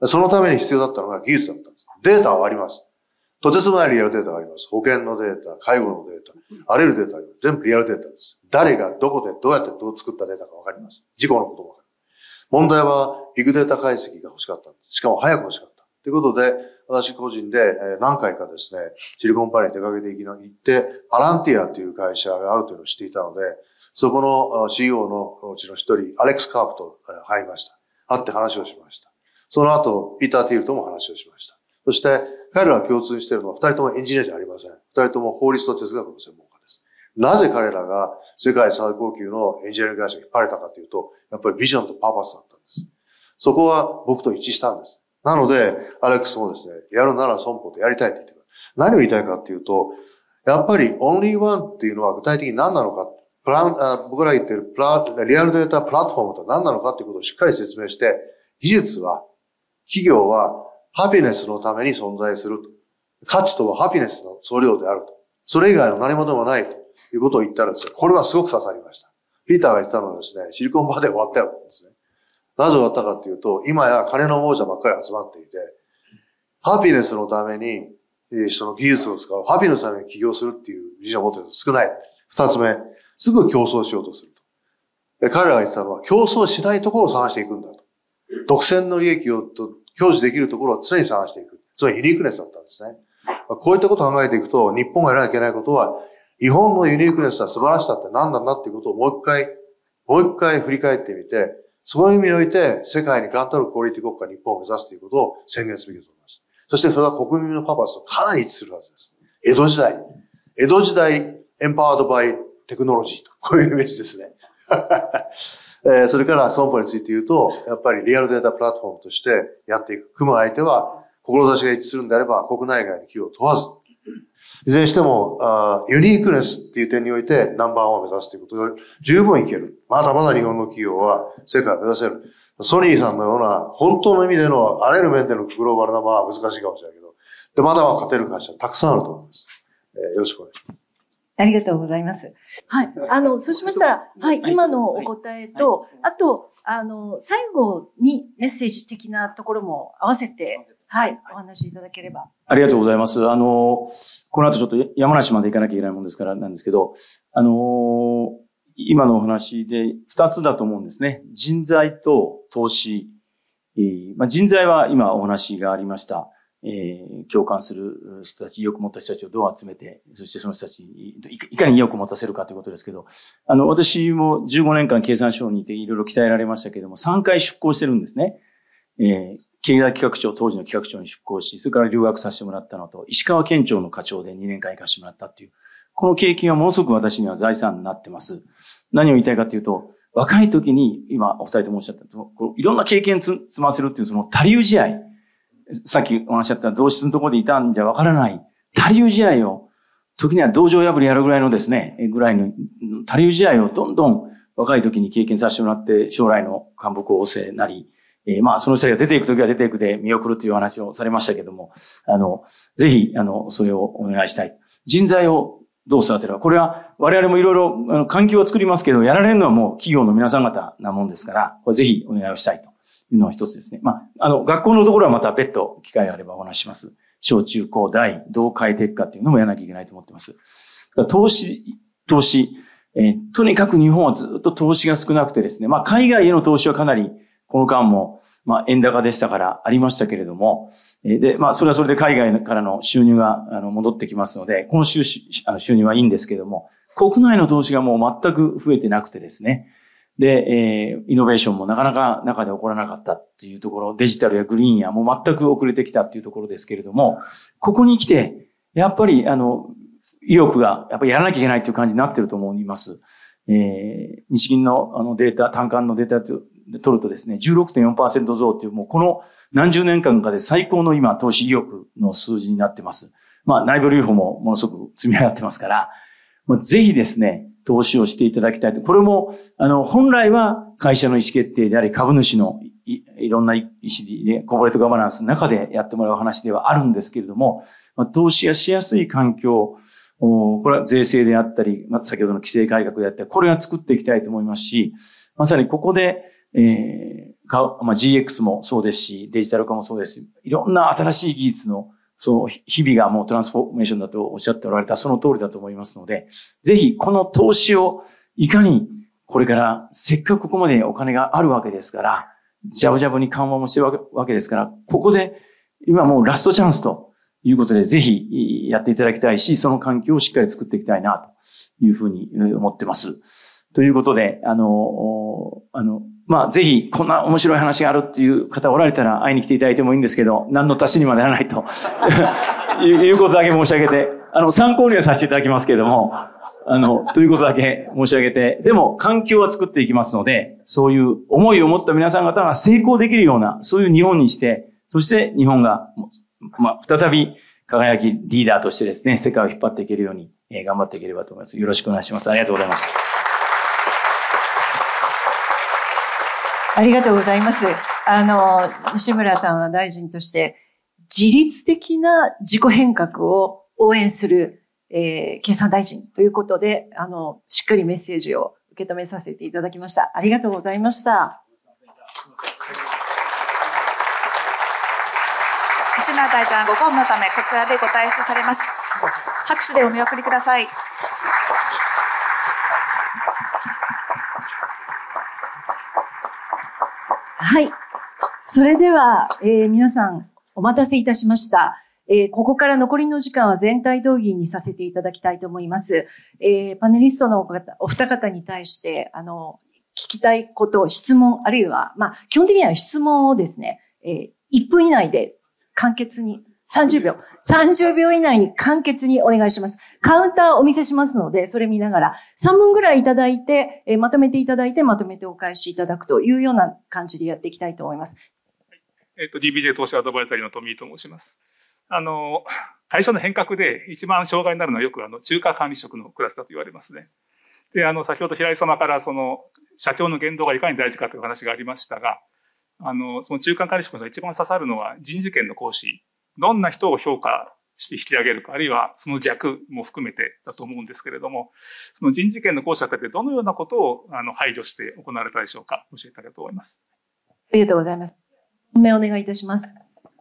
Speaker 3: そのために必要だったのが技術だったんです。データはあります。とてつもないリアルデータがあります。保険のデータ、介護のデータ、あらゆるデータがあります。全部リアルデータです。誰がどこでどうやってどう作ったデータかわかります。事故のこともわかる。問題はビッグデータ解析が欲しかったんです。しかも早く欲しかった。ということで、私個人で何回かですね、シリコンバレーに出かけて行って、パランティアという会社があるというのを知っていたので、そこの CEO のうちの一人、アレックス・カープと入りました。会って話をしました。その後、ピーター・ティールとも話をしました。そして、彼らが共通にしているのは、二人ともエンジニアじゃありません。二人とも法律と哲学の専門家です。なぜ彼らが世界最高級のエンジニアリング会社に引っ張れたかというと、やっぱりビジョンとパーパスだったんです。そこは僕と一致したんです。なので、アレックスもですね、やるなら損保とやりたいって言ってくる。何を言いたいかっていうと、やっぱりオンリーワンっていうのは具体的に何なのか、僕ら言ってるリアルデータプラットフォームとは何なのかっていうことをしっかり説明して、技術は、企業はハピネスのために存在すると。価値とはハピネスの総量であると。それ以外の何もでもないということを言ったらですね、これはすごく刺さりました。ピーターが言ってたのはですね、シリコンバレー終わったよってですね。なぜ終わったかっていうと、今や金の亡者ばっかり集まっていて、ハピネスのために、その技術を使う、ハピネスのために起業するっていうビジョンを持っている人少ない。二つ目、すぐ競争しようとすると。彼らが言ってたのは、競争しないところを探していくんだと。独占の利益を享受できるところを常に探していく。つまりユニークネスだったんですね。こういったことを考えていくと、日本がやらなきゃいけないことは、日本のユニークネスは素晴らしさって何なんだっていうことをもう一回振り返ってみて、そういう意味において、世界に冠たるクオリティ国家日本を目指すということを宣言すべきだと思います。そしてそれは国民のパーパスとかなり一致するはずです。江戸時代、エンパワードバイテクノロジーと、こういうイメージですね。それから損保について言うと、やっぱりリアルデータプラットフォームとしてやっていく。組む相手は、志が一致するんであれば、国内外の企業を問わず、いずれにしても、ユニークネスっていう点においてナンバーワンを目指すということで十分いける。まだまだ日本の企業は世界を目指せる。ソニーさんのような本当の意味でのあらゆる面でのグローバルな難しいかもしれないけど、で、まだまだ勝てる会社たくさんあると思います。よろしくお願いします。
Speaker 2: ありがとうございます。はい。そうしましたら、はい、今のお答えと、あと、最後にメッセージ的なところも合わせて、はい、お話しいただければ。
Speaker 4: ありがとうございます。この後ちょっと山梨まで行かなきゃいけないもんですからなんですけど、今のお話で2つだと思うんですね。人材と投資。人材は今お話がありました。共感する人たち、意欲を持った人たちをどう集めて、そしてその人たちにいかに意欲を持たせるかということですけど、私も15年間経産省にいていろいろ鍛えられましたけれども、3回出向してるんですね。経済企画庁、当時の企画庁に出向し、それから留学させてもらったのと、石川県庁の課長で2年間行かせてもらったっていう、この経験はものすごく私には財産になってます。何を言いたいかというと、若い時に、今お二人ともおっしゃったと、いろんな経験積ませるっていう、その他流試合。さっきお話しあった同室のところでいたんじゃわからない、他流試合を、時には道場破りやるぐらいのですね、ぐらいの他流試合をどんどん若い時に経験させてもらって、将来の幹部候補生なり、その人が出ていくときは出ていくで見送るという話をされましたけども、ぜひ、それをお願いしたい。人材をどう育てるか。これは我々もいろいろ環境は作りますけど、やられるのはもう企業の皆さん方なもんですから、これぜひお願いをしたいというのは一つですね。学校のところはまた別途機会があればお話しします。小中高大、どう変えていくかっていうのもやらなきゃいけないと思ってます。投資、とにかく日本はずっと投資が少なくてですね、海外への投資はかなりこの間も、円高でしたからありましたけれども、で、それはそれで海外からの収入が、戻ってきますので、この収入はいいんですけれども、国内の投資がもう全く増えてなくてですね、で、イノベーションもなかなか中で起こらなかったっていうところ、デジタルやグリーンやもう全く遅れてきたっていうところですけれども、ここに来て、やっぱり、意欲が、やっぱりやらなきゃいけないという感じになっていると思います。日銀のデータ、単管のデータで取るとですね、16.4% 増という、もうこの何十年間かで最高の今、投資意欲の数字になってます。内部留保もものすごく積み上がってますから、ぜひですね、投資をしていただきたいと。これも、本来は会社の意思決定であり、株主のいろんな意思で、コーポレートガバナンスの中でやってもらう話ではあるんですけれども、投資がしやすい環境、これは税制であったり、先ほどの規制改革であったり、これは作っていきたいと思いますし、まさにここで、GX もそうですし、デジタル化もそうですし、いろんな新しい技術の、日々がもうトランスフォーメーションだとおっしゃっておられた、その通りだと思いますので、ぜひこの投資をいかにこれからせっかくここまでお金があるわけですから、ジャブジャブに緩和もしてるわけですから、ここで今もうラストチャンスということで、ぜひやっていただきたいし、その環境をしっかり作っていきたいなというふうに思ってます。ということで、ぜひ、こんな面白い話があるっていう方おられたら会いに来ていただいてもいいんですけど、何の足しにはならないと、いうことだけ申し上げて、参考にはさせていただきますけれども、ということだけ申し上げて、でも環境は作っていきますので、そういう思いを持った皆さん方が成功できるような、そういう日本にして、そして日本が、再び輝きリーダーとしてですね、世界を引っ張っていけるように、頑張っていければと思います。よろしくお願いします。ありがとうございました。
Speaker 2: ありがとうございます。西村さんは大臣として自律的な自己変革を応援する、経産大臣ということで、しっかりメッセージを受け止めさせていただきました。ありがとうございました。
Speaker 5: 西村大臣はご公務のためこちらでご退出されます。拍手でお見送りください。
Speaker 2: はい。それでは、皆さんお待たせいたしました。ここから残りの時間は全体討議にさせていただきたいと思います。パネリストのお二方に対して、聞きたいこと、質問、あるいは、基本的には質問をですね、1分以内で簡潔に、30秒以内に簡潔にお願いします。カウンターをお見せしますので、それ見ながら、3問ぐらいいただいて、まとめていただいて、まとめてお返しいただくというような感じでやっていきたいと思います。
Speaker 6: DBJ 投資アドバイザリーの富井と申します。会社の変革で一番障害になるのはよく中間管理職のクラスだと言われますね。で、先ほど平井様から社長の言動がいかに大事かという話がありましたが、その中間管理職の一番刺さるのは人事権の行使。どんな人を評価して引き上げるか、あるいはその逆も含めてだと思うんですけれども、その人事権の行使にあたってどのようなことを配慮して行われたでしょうか、教えていただけると思います。
Speaker 2: ありがとうございます。お願いいたします。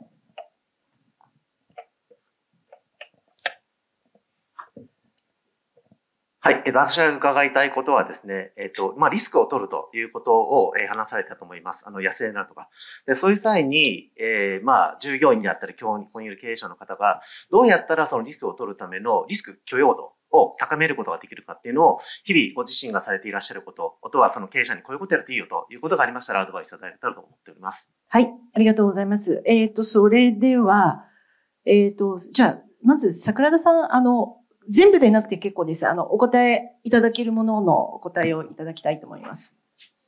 Speaker 7: はい。私が伺いたいことはですね、リスクを取るということを、話されたと思います。野生なとか。で、そういう際に、従業員であったり、ここにいる経営者の方が、どうやったらそのリスクを取るためのリスク許容度を高めることができるかっていうのを、日々ご自身がされていらっしゃること、あとはその経営者にこういうことやるといいよということがありましたら、アドバイスいただけたらと思っております。
Speaker 2: はい。ありがとうございます。それでは、じゃあ、まず、桜田さん、全部でなくて結構です。お答えいただけるもののお答えをいただきたいと思います。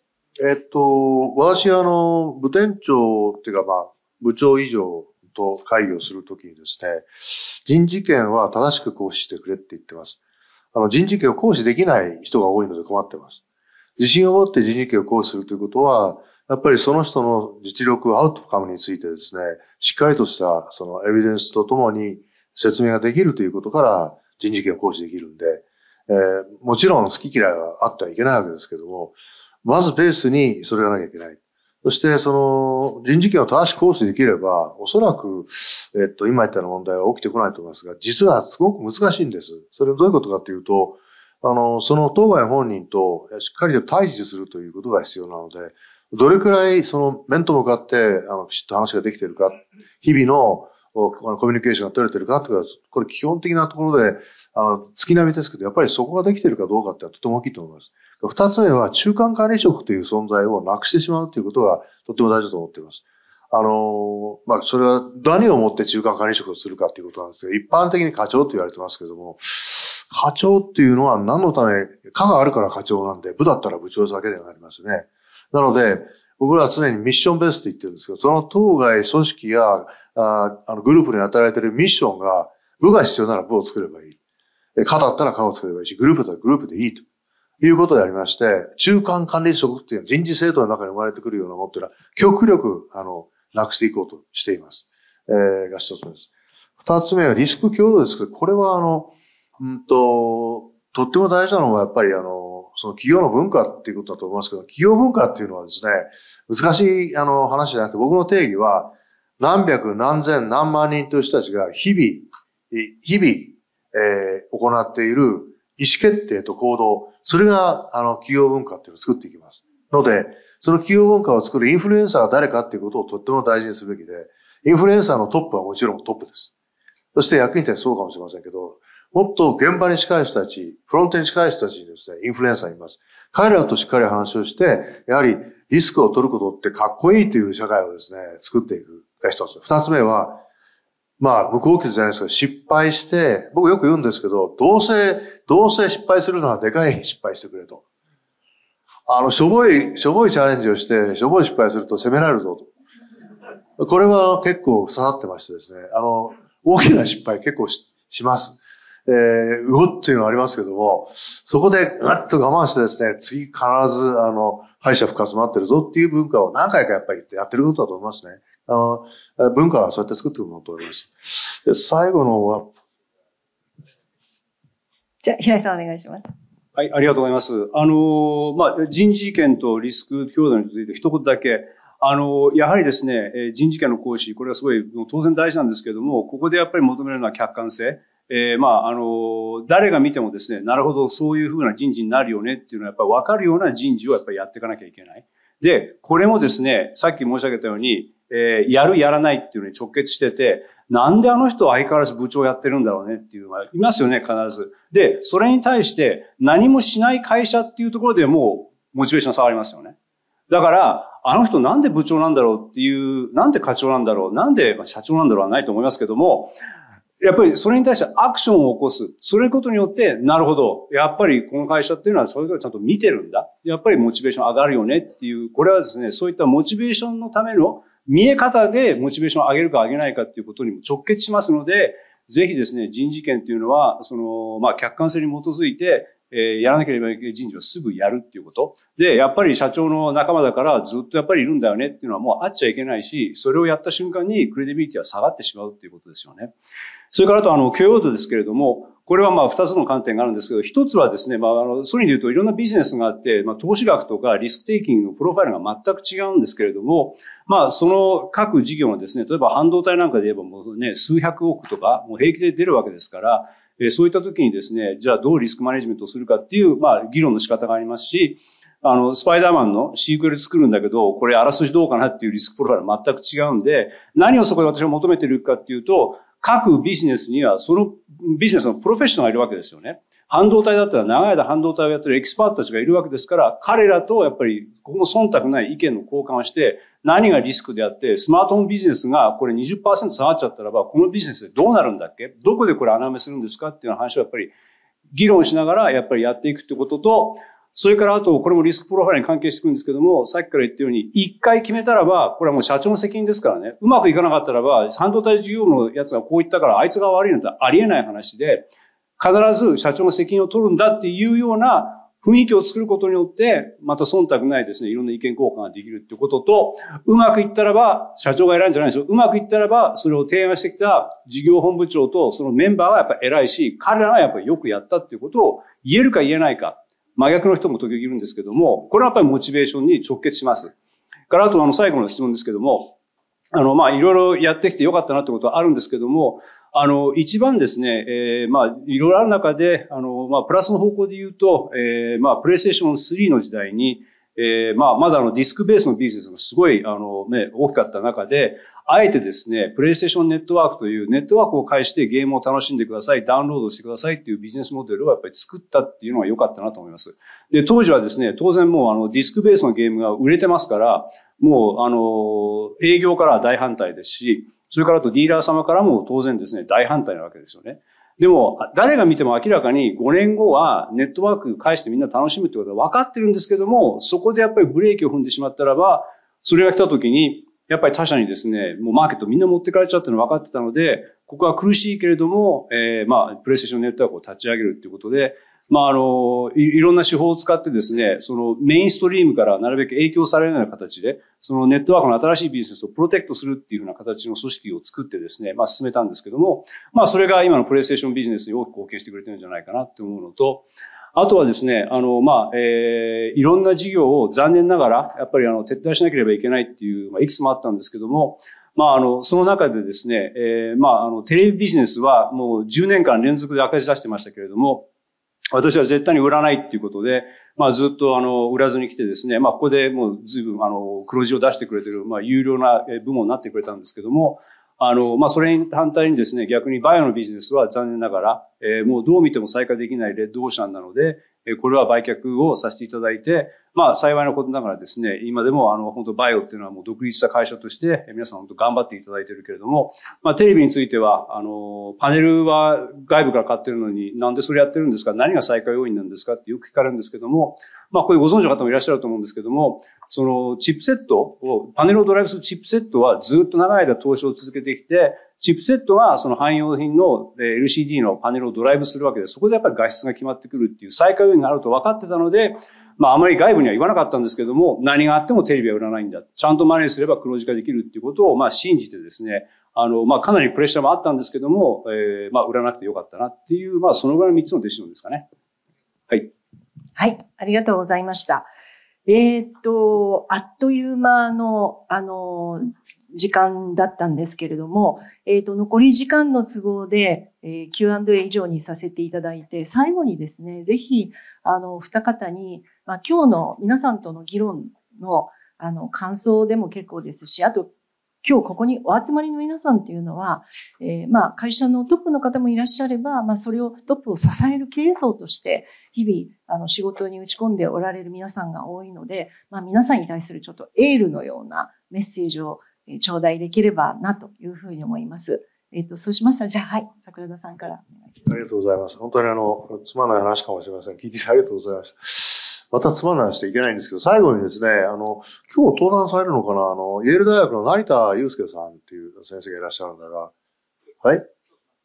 Speaker 3: 私、部店長っていうか、部長以上と会議をするときにですね、人事権は正しく行使してくれって言ってます。人事権を行使できない人が多いので困ってます。自信を持って人事権を行使するということは、やっぱりその人の実力、アウトカムについてですね、しっかりとしたそのエビデンスとともに説明ができるということから、人事権を行使できるんで、もちろん好き嫌いはあってはいけないわけですけども、まずベースにそれがなきゃいけない。そして、その人事権を正しく行使できれば、おそらく、今言ったような問題は起きてこないと思いますが、実はすごく難しいんです。それはどういうことかというと、その当該本人としっかりと対峙するということが必要なので、どれくらいその面と向かって、きちっと話ができているか、日々のコミュニケーションが取れてるかというか、これ基本的なところで、月並みですけど、やっぱりそこができているかどうかってとても大きいと思います。二つ目は、中間管理職という存在をなくしてしまうということがとても大事だと思っています。それは何をもって中間管理職をするかということなんですが、一般的に課長と言われてますけども、課長っていうのは何のため、課があるから課長なんで、部だったら部長だけではなりますね。なので、僕らは常にミッションベースと言ってるんですけど、その当該組織や、グループに与えられているミッションが、部が必要なら部を作ればいい。課だったら課を作ればいいし、グループだったらグループでいいということでありまして、中間管理職っていう人事制度の中に生まれてくるようなものっていうのは、極力、なくしていこうとしています。が一つ目です。二つ目はリスク共同ですけど、これはとっても大事なのはやっぱりその企業の文化っていうことだと思いますけど、企業文化っていうのはですね、難しい話じゃなくて、僕の定義は、何百何千何万人という人たちが日々、行っている意思決定と行動、それが企業文化っていうのを作っていきます。ので、その企業文化を作るインフルエンサーが誰かっていうことをとっても大事にすべきで、インフルエンサーのトップはもちろんトップです。そして役員ってそうかもしれませんけど、もっと現場に近い人たち、フロントに近い人たちにですね、インフルエンサーいます。彼らとしっかり話をして、やはりリスクを取ることってかっこいいという社会をですね、作っていくが一つ。二つ目は、無効期じゃないですか、失敗して、僕よく言うんですけど、どうせ失敗するならでかい失敗してくれと。しょぼいチャレンジをして、しょぼい失敗すると責められるぞと。これは結構刺さってましてですね、大きな失敗結構します。うおっていうのはありますけども、そこでガッと我慢してですね、次必ず、敗者復活待ってるぞっていう文化を何回かやっぱりやってることだと思いますね。文化はそうやって作っていくものと思います。で、最後のは、
Speaker 2: じゃあ、平井さんお願いします。
Speaker 1: はい、ありがとうございます。人事権とリスク共同について一言だけ、やはりですね、人事権の行使、これはすごい当然大事なんですけれども、ここでやっぱり求めるのは客観性。誰が見てもですね、なるほど、そういうふうな人事になるよねっていうのはやっぱり分かるような人事をやっぱりやっていかなきゃいけない。で、これもですね、さっき申し上げたように、やるやらないっていうのに直結してて、なんであの人は相変わらず部長やってるんだろうねっていうのがいますよね、必ず。で、それに対して何もしない会社っていうところでもうモチベーション下がりますよね。だから、あの人なんで部長なんだろうっていう、なんで課長なんだろう、なんで社長なんだろうはないと思いますけども、やっぱりそれに対してアクションを起こす。それことによって、なるほど。やっぱりこの会社っていうのはそれをちゃんと見てるんだ。やっぱりモチベーション上がるよねっていう、これはですね、そういったモチベーションのための見え方でモチベーションを上げるか上げないかっていうことにも直結しますので、ぜひですね、人事権っていうのは、客観性に基づいて、 やらなければいけない人事をすぐやるっていうこと。で、やっぱり社長の仲間だからずっとやっぱりいるんだよねっていうのはもうあっちゃいけないし、それをやった瞬間にクレディビリティは下がってしまうっていうことですよね。それからあと許容度ですけれども、これは二つの観点があるんですけど、一つはですね、ソニーで言うといろんなビジネスがあって、投資額とかリスクテイキングのプロファイルが全く違うんですけれども、その各事業がですね、例えば半導体なんかで言えばもうね、数百億とかもう平気で出るわけですから、そういった時にですね、じゃあどうリスクマネジメントをするかっていう、議論の仕方がありますし、スパイダーマンのシークエル作るんだけど、これあらすじどうかなっていうリスクプロファイルは全く違うんで、何をそこで私が求めているかっていうと、各ビジネスにはそのビジネスのプロフェッショナルがいるわけですよね。半導体だったら長い間半導体をやってるエキスパートたちがいるわけですから、彼らとやっぱりここも忖度ない意見の交換をして、何がリスクであって、スマートフォンビジネスがこれ 20% 下がっちゃったらば、このビジネスでどうなるんだっけ？どこでこれ穴埋めするんですかっていう話をやっぱり議論しながらやっぱりやっていくってことと、それからあと、これもリスクプロファイルに関係してくるんですけども、さっきから言ったように、一回決めたらば、これはもう社長の責任ですからね。うまくいかなかったらば、半導体事業部のやつがこう言ったから、あいつが悪いなんてありえない話で、必ず社長の責任を取るんだっていうような雰囲気を作ることによって、また忖度ないですね、いろんな意見交換ができるっていうことと、うまくいったらば、社長が偉いんじゃないですよ。うまくいったらば、それを提案してきた事業本部長とそのメンバーはやっぱり偉いし、彼らはやっぱりよくやったっていうことを言えるか言えないか。真逆の人も時々いるんですけども、これはやっぱりモチベーションに直結します。からあと最後の質問ですけども、いろいろやってきてよかったなってことはあるんですけども、一番ですね、いろいろある中で、プラスの方向で言うと、プレイステーション3の時代に、まだディスクベースのビジネスがすごい、大きかった中で、あえてですね、プレイステーションネットワークというネットワークを介してゲームを楽しんでください、ダウンロードしてくださいっていうビジネスモデルをやっぱり作ったっていうのが良かったなと思います。で、当時はですね、当然もうディスクベースのゲームが売れてますから、もう営業からは大反対ですし、それからあとディーラー様からも当然ですね、大反対なわけですよね。でも、誰が見ても明らかに5年後はネットワーク介してみんな楽しむってことは分かってるんですけども、そこでやっぱりブレーキを踏んでしまったらば、それが来た時に、やっぱり他社にですね、もうマーケットみんな持ってかれちゃうっていうのが分かってたので、ここは苦しいけれども、プレイステーションネットワークを立ち上げるっていうことで、いろんな手法を使ってですね、そのメインストリームからなるべく影響されるような形で、そのネットワークの新しいビジネスをプロテクトするっていうような形の組織を作ってですね、進めたんですけども、それが今のプレイステーションビジネスに大きく貢献してくれてるんじゃないかなって思うのと、あとはですね、いろんな事業を残念ながら、やっぱり撤退しなければいけないっていう、いくつもあったんですけども、その中でですね、テレビビジネスはもう10年間連続で赤字出してましたけれども、私は絶対に売らないっていうことで、ずっと売らずに来てですね、ここでもう随分黒字を出してくれてる、有料な部門になってくれたんですけども、それに反対にですね、逆にバイオのビジネスは残念ながら、もうどう見ても再開できないレッドオーシャンなので、これは売却をさせていただいて、幸いなことながらですね、今でも本当バイオっていうのはもう独立した会社として、皆さん本当頑張っていただいているけれども、テレビについては、パネルは外部から買ってるのに、なんでそれやってるんですか？何が再開要因なんですかってよく聞かれるんですけども、これご存知の方もいらっしゃると思うんですけども、そのチップセットを、パネルをドライブするチップセットはずっと長い間投資を続けてきて、チップセットがその汎用品の LCD のパネルをドライブするわけで、そこでやっぱり画質が決まってくるっていう再開要因があると分かってたので、あまり外部には言わなかったんですけども、何があってもテレビは売らないんだ。ちゃんとマネーすれば黒字化できるっていうことを信じてですね、かなりプレッシャーもあったんですけども、売らなくてよかったなっていう、そのぐらいの3つのデシジョンですかね。はい。
Speaker 2: はい、ありがとうございました。あっという間の、時間だったんですけれども、残り時間の都合で、Q&A 以上にさせていただいて、最後にですね、ぜひ、二方に、今日の皆さんとの議論の、感想でも結構ですし、あと、今日ここにお集まりの皆さんっていうのは、会社のトップの方もいらっしゃれば、それをトップを支える経営層として、日々、仕事に打ち込んでおられる皆さんが多いので、皆さんに対するちょっとエールのようなメッセージを頂戴できればなというふうに思います。そうしましたら、じゃあ、はい、桜田さんからお願いします。
Speaker 3: ありがとうございます。本当につまんない話かもしれません。聞いてありがとうございました。またつまんない話していけないんですけど、最後にですね、今日登壇されるのかな、イェール大学の成田祐介さんっていう先生がいらっしゃるんだが、はい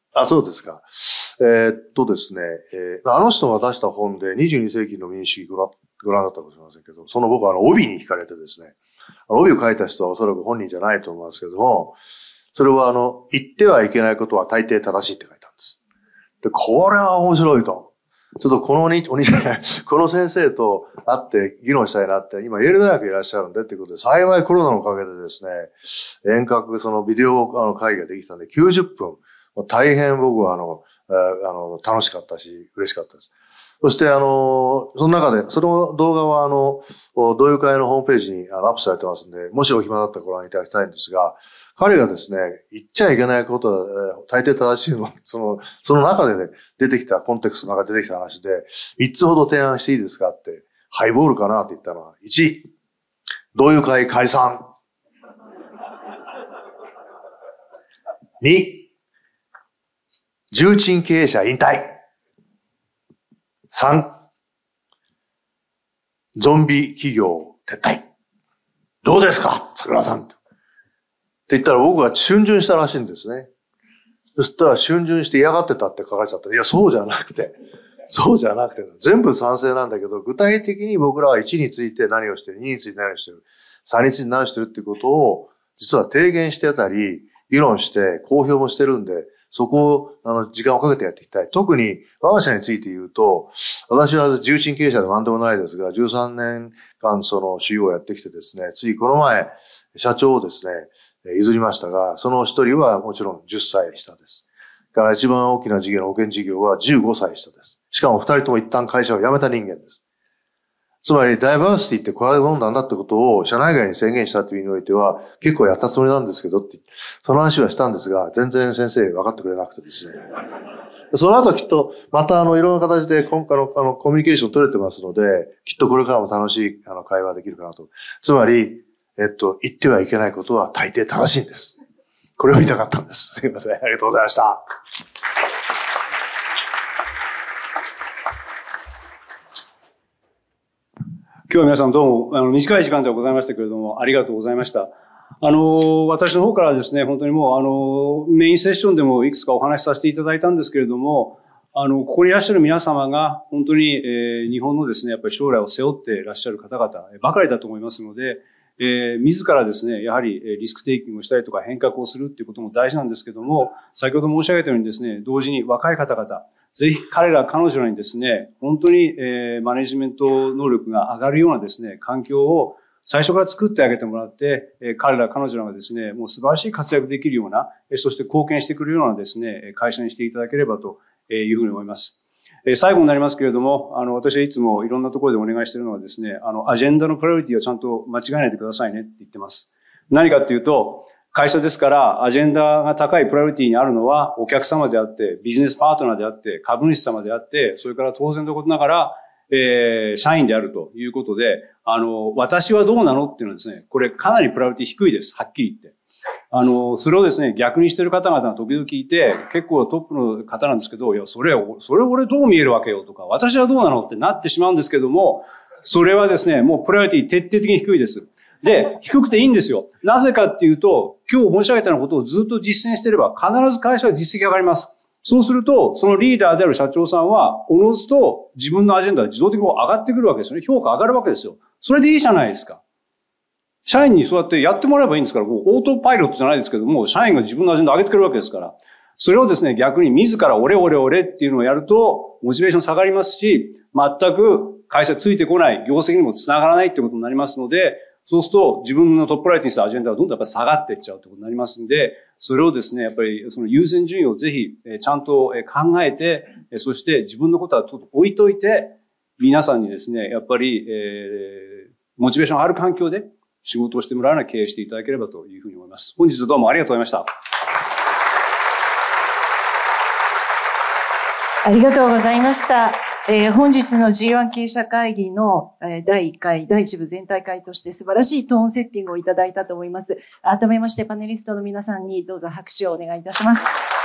Speaker 3: そうですか。ですね、あの人が出した本で22世紀の民主主義ご覧だったかもしれませんけど、その僕は帯に惹かれてですね、帯を書いた人はおそらく本人じゃないと思いますけども、それは言ってはいけないことは大抵正しいって書いたんです。で、これは面白いと。ちょっとこの先生と会って議論したいなって、今、イェール大学いらっしゃるんでっていうことで、幸いコロナのおかげでですね、遠隔、ビデオ会議ができたんで、90分、大変僕は楽しかったし、嬉しかったです。そして、その中で、その動画は、同友会のホームページにアップされてますんで、もしお暇だったらご覧いただきたいんですが、彼がですね、言っちゃいけないことは、大抵正しいのは、その中でね、出てきた、コンテクストの中で出てきた話で、3つほど提案していいですかって、ハイボールかなって言ったのは、1、同友会解散。2、重鎮経営者引退。3、ゾンビ企業撤退。どうですか桜さん。って言ったら僕は逡巡したらしいんですね。そしたら逡巡して嫌がってたって書かれちゃった。いや、そうじゃなくて、全部賛成なんだけど、具体的に僕らは1について何をしてる、2について何をしてる、3について何をしてるっていうことを、実は提言してたり、議論して、公表もしてるんで、そこを、時間をかけてやっていきたい。特に、我が社について言うと、私は重鎮経営者でも何でもないですが、13年間CEOをやってきてですね、ついこの前、社長をですね、譲りましたが、その一人はもちろん10歳下です。から一番大きな事業の保険事業は15歳下です。しかも二人とも一旦会社を辞めた人間です。つまり、ダイバーシティってこういうもんなんだってことを社内外に宣言したという意味においては、結構やったつもりなんですけどって、その話はしたんですが、全然先生分かってくれなくてですね。その後きっと、またいろんな形で今回のコミュニケーション取れてますので、きっとこれからも楽しい会話できるかなと。つまり、言ってはいけないことは大抵正しいんです。これを言いたかったんです。すいません。ありがとうございました。
Speaker 1: 今日は皆さんどうも、短い時間ではございましたけれども、ありがとうございました。私の方からですね、本当にもう、メインセッションでもいくつかお話しさせていただいたんですけれども、ここにいらっしゃる皆様が、本当に、日本のですね、やっぱり将来を背負っていらっしゃる方々ばかりだと思いますので、自らですね、やはりリスクテイキングをしたりとか変革をするっていうことも大事なんですけども、先ほど申し上げたようにですね、同時に若い方々、ぜひ彼ら彼女らにですね、本当に、マネジメント能力が上がるようなですね、環境を最初から作ってあげてもらって、彼ら彼女らがですね、もう素晴らしい活躍できるような、そして貢献してくれるようなですね、会社にしていただければというふうに思います。最後になりますけれども、私はいつもいろんなところでお願いしているのはですね、アジェンダのプライオリティをちゃんと間違えないでくださいねって言ってます。何かっていうと、会社ですから、アジェンダが高いプライオリティにあるのは、お客様であって、ビジネスパートナーであって、株主様であって、それから当然のことながら、社員であるということで、私はどうなのっていうのはですね、これかなりプライオリティ低いです。はっきり言って。それをですね、逆にしてる方々が時々いて、結構トップの方なんですけど、いや、それ俺どう見えるわけよとか、私はどうなのってなってしまうんですけども、それはですね、もうプライオリティ徹底的に低いです。で、低くていいんですよ。なぜかっていうと、今日申し上げたようなことをずっと実践していれば、必ず会社は実績が上がります。そうすると、そのリーダーである社長さんは、おのずと自分のアジェンダが自動的に上がってくるわけですよね。評価上がるわけですよ。それでいいじゃないですか。社員にそうやってやってもらえばいいんですから、もうオートパイロットじゃないですけども、社員が自分のアジェンダを上げてくるわけですから。それをですね、逆に自ら俺っていうのをやると、モチベーション下がりますし、全く会社ついてこない、業績にもつながらないってことになりますので、そうすると自分のトップライトにしたアジェンダがどんどんやっぱり下がっていっちゃうってことになりますんで、それをですね、やっぱりその優先順位をぜひちゃんと考えて、そして自分のことは置いといて、皆さんにですね、やっぱり、モチベーションがある環境で仕事をしてもらうような経営していただければというふうに思います。本日はどうもありがとうございました。
Speaker 2: ありがとうございました。本日の G1 経営者会議の第1回、第1部全体会として素晴らしいトーンセッティングをいただいたと思います。改めましてパネリストの皆さんにどうぞ拍手をお願いいたします。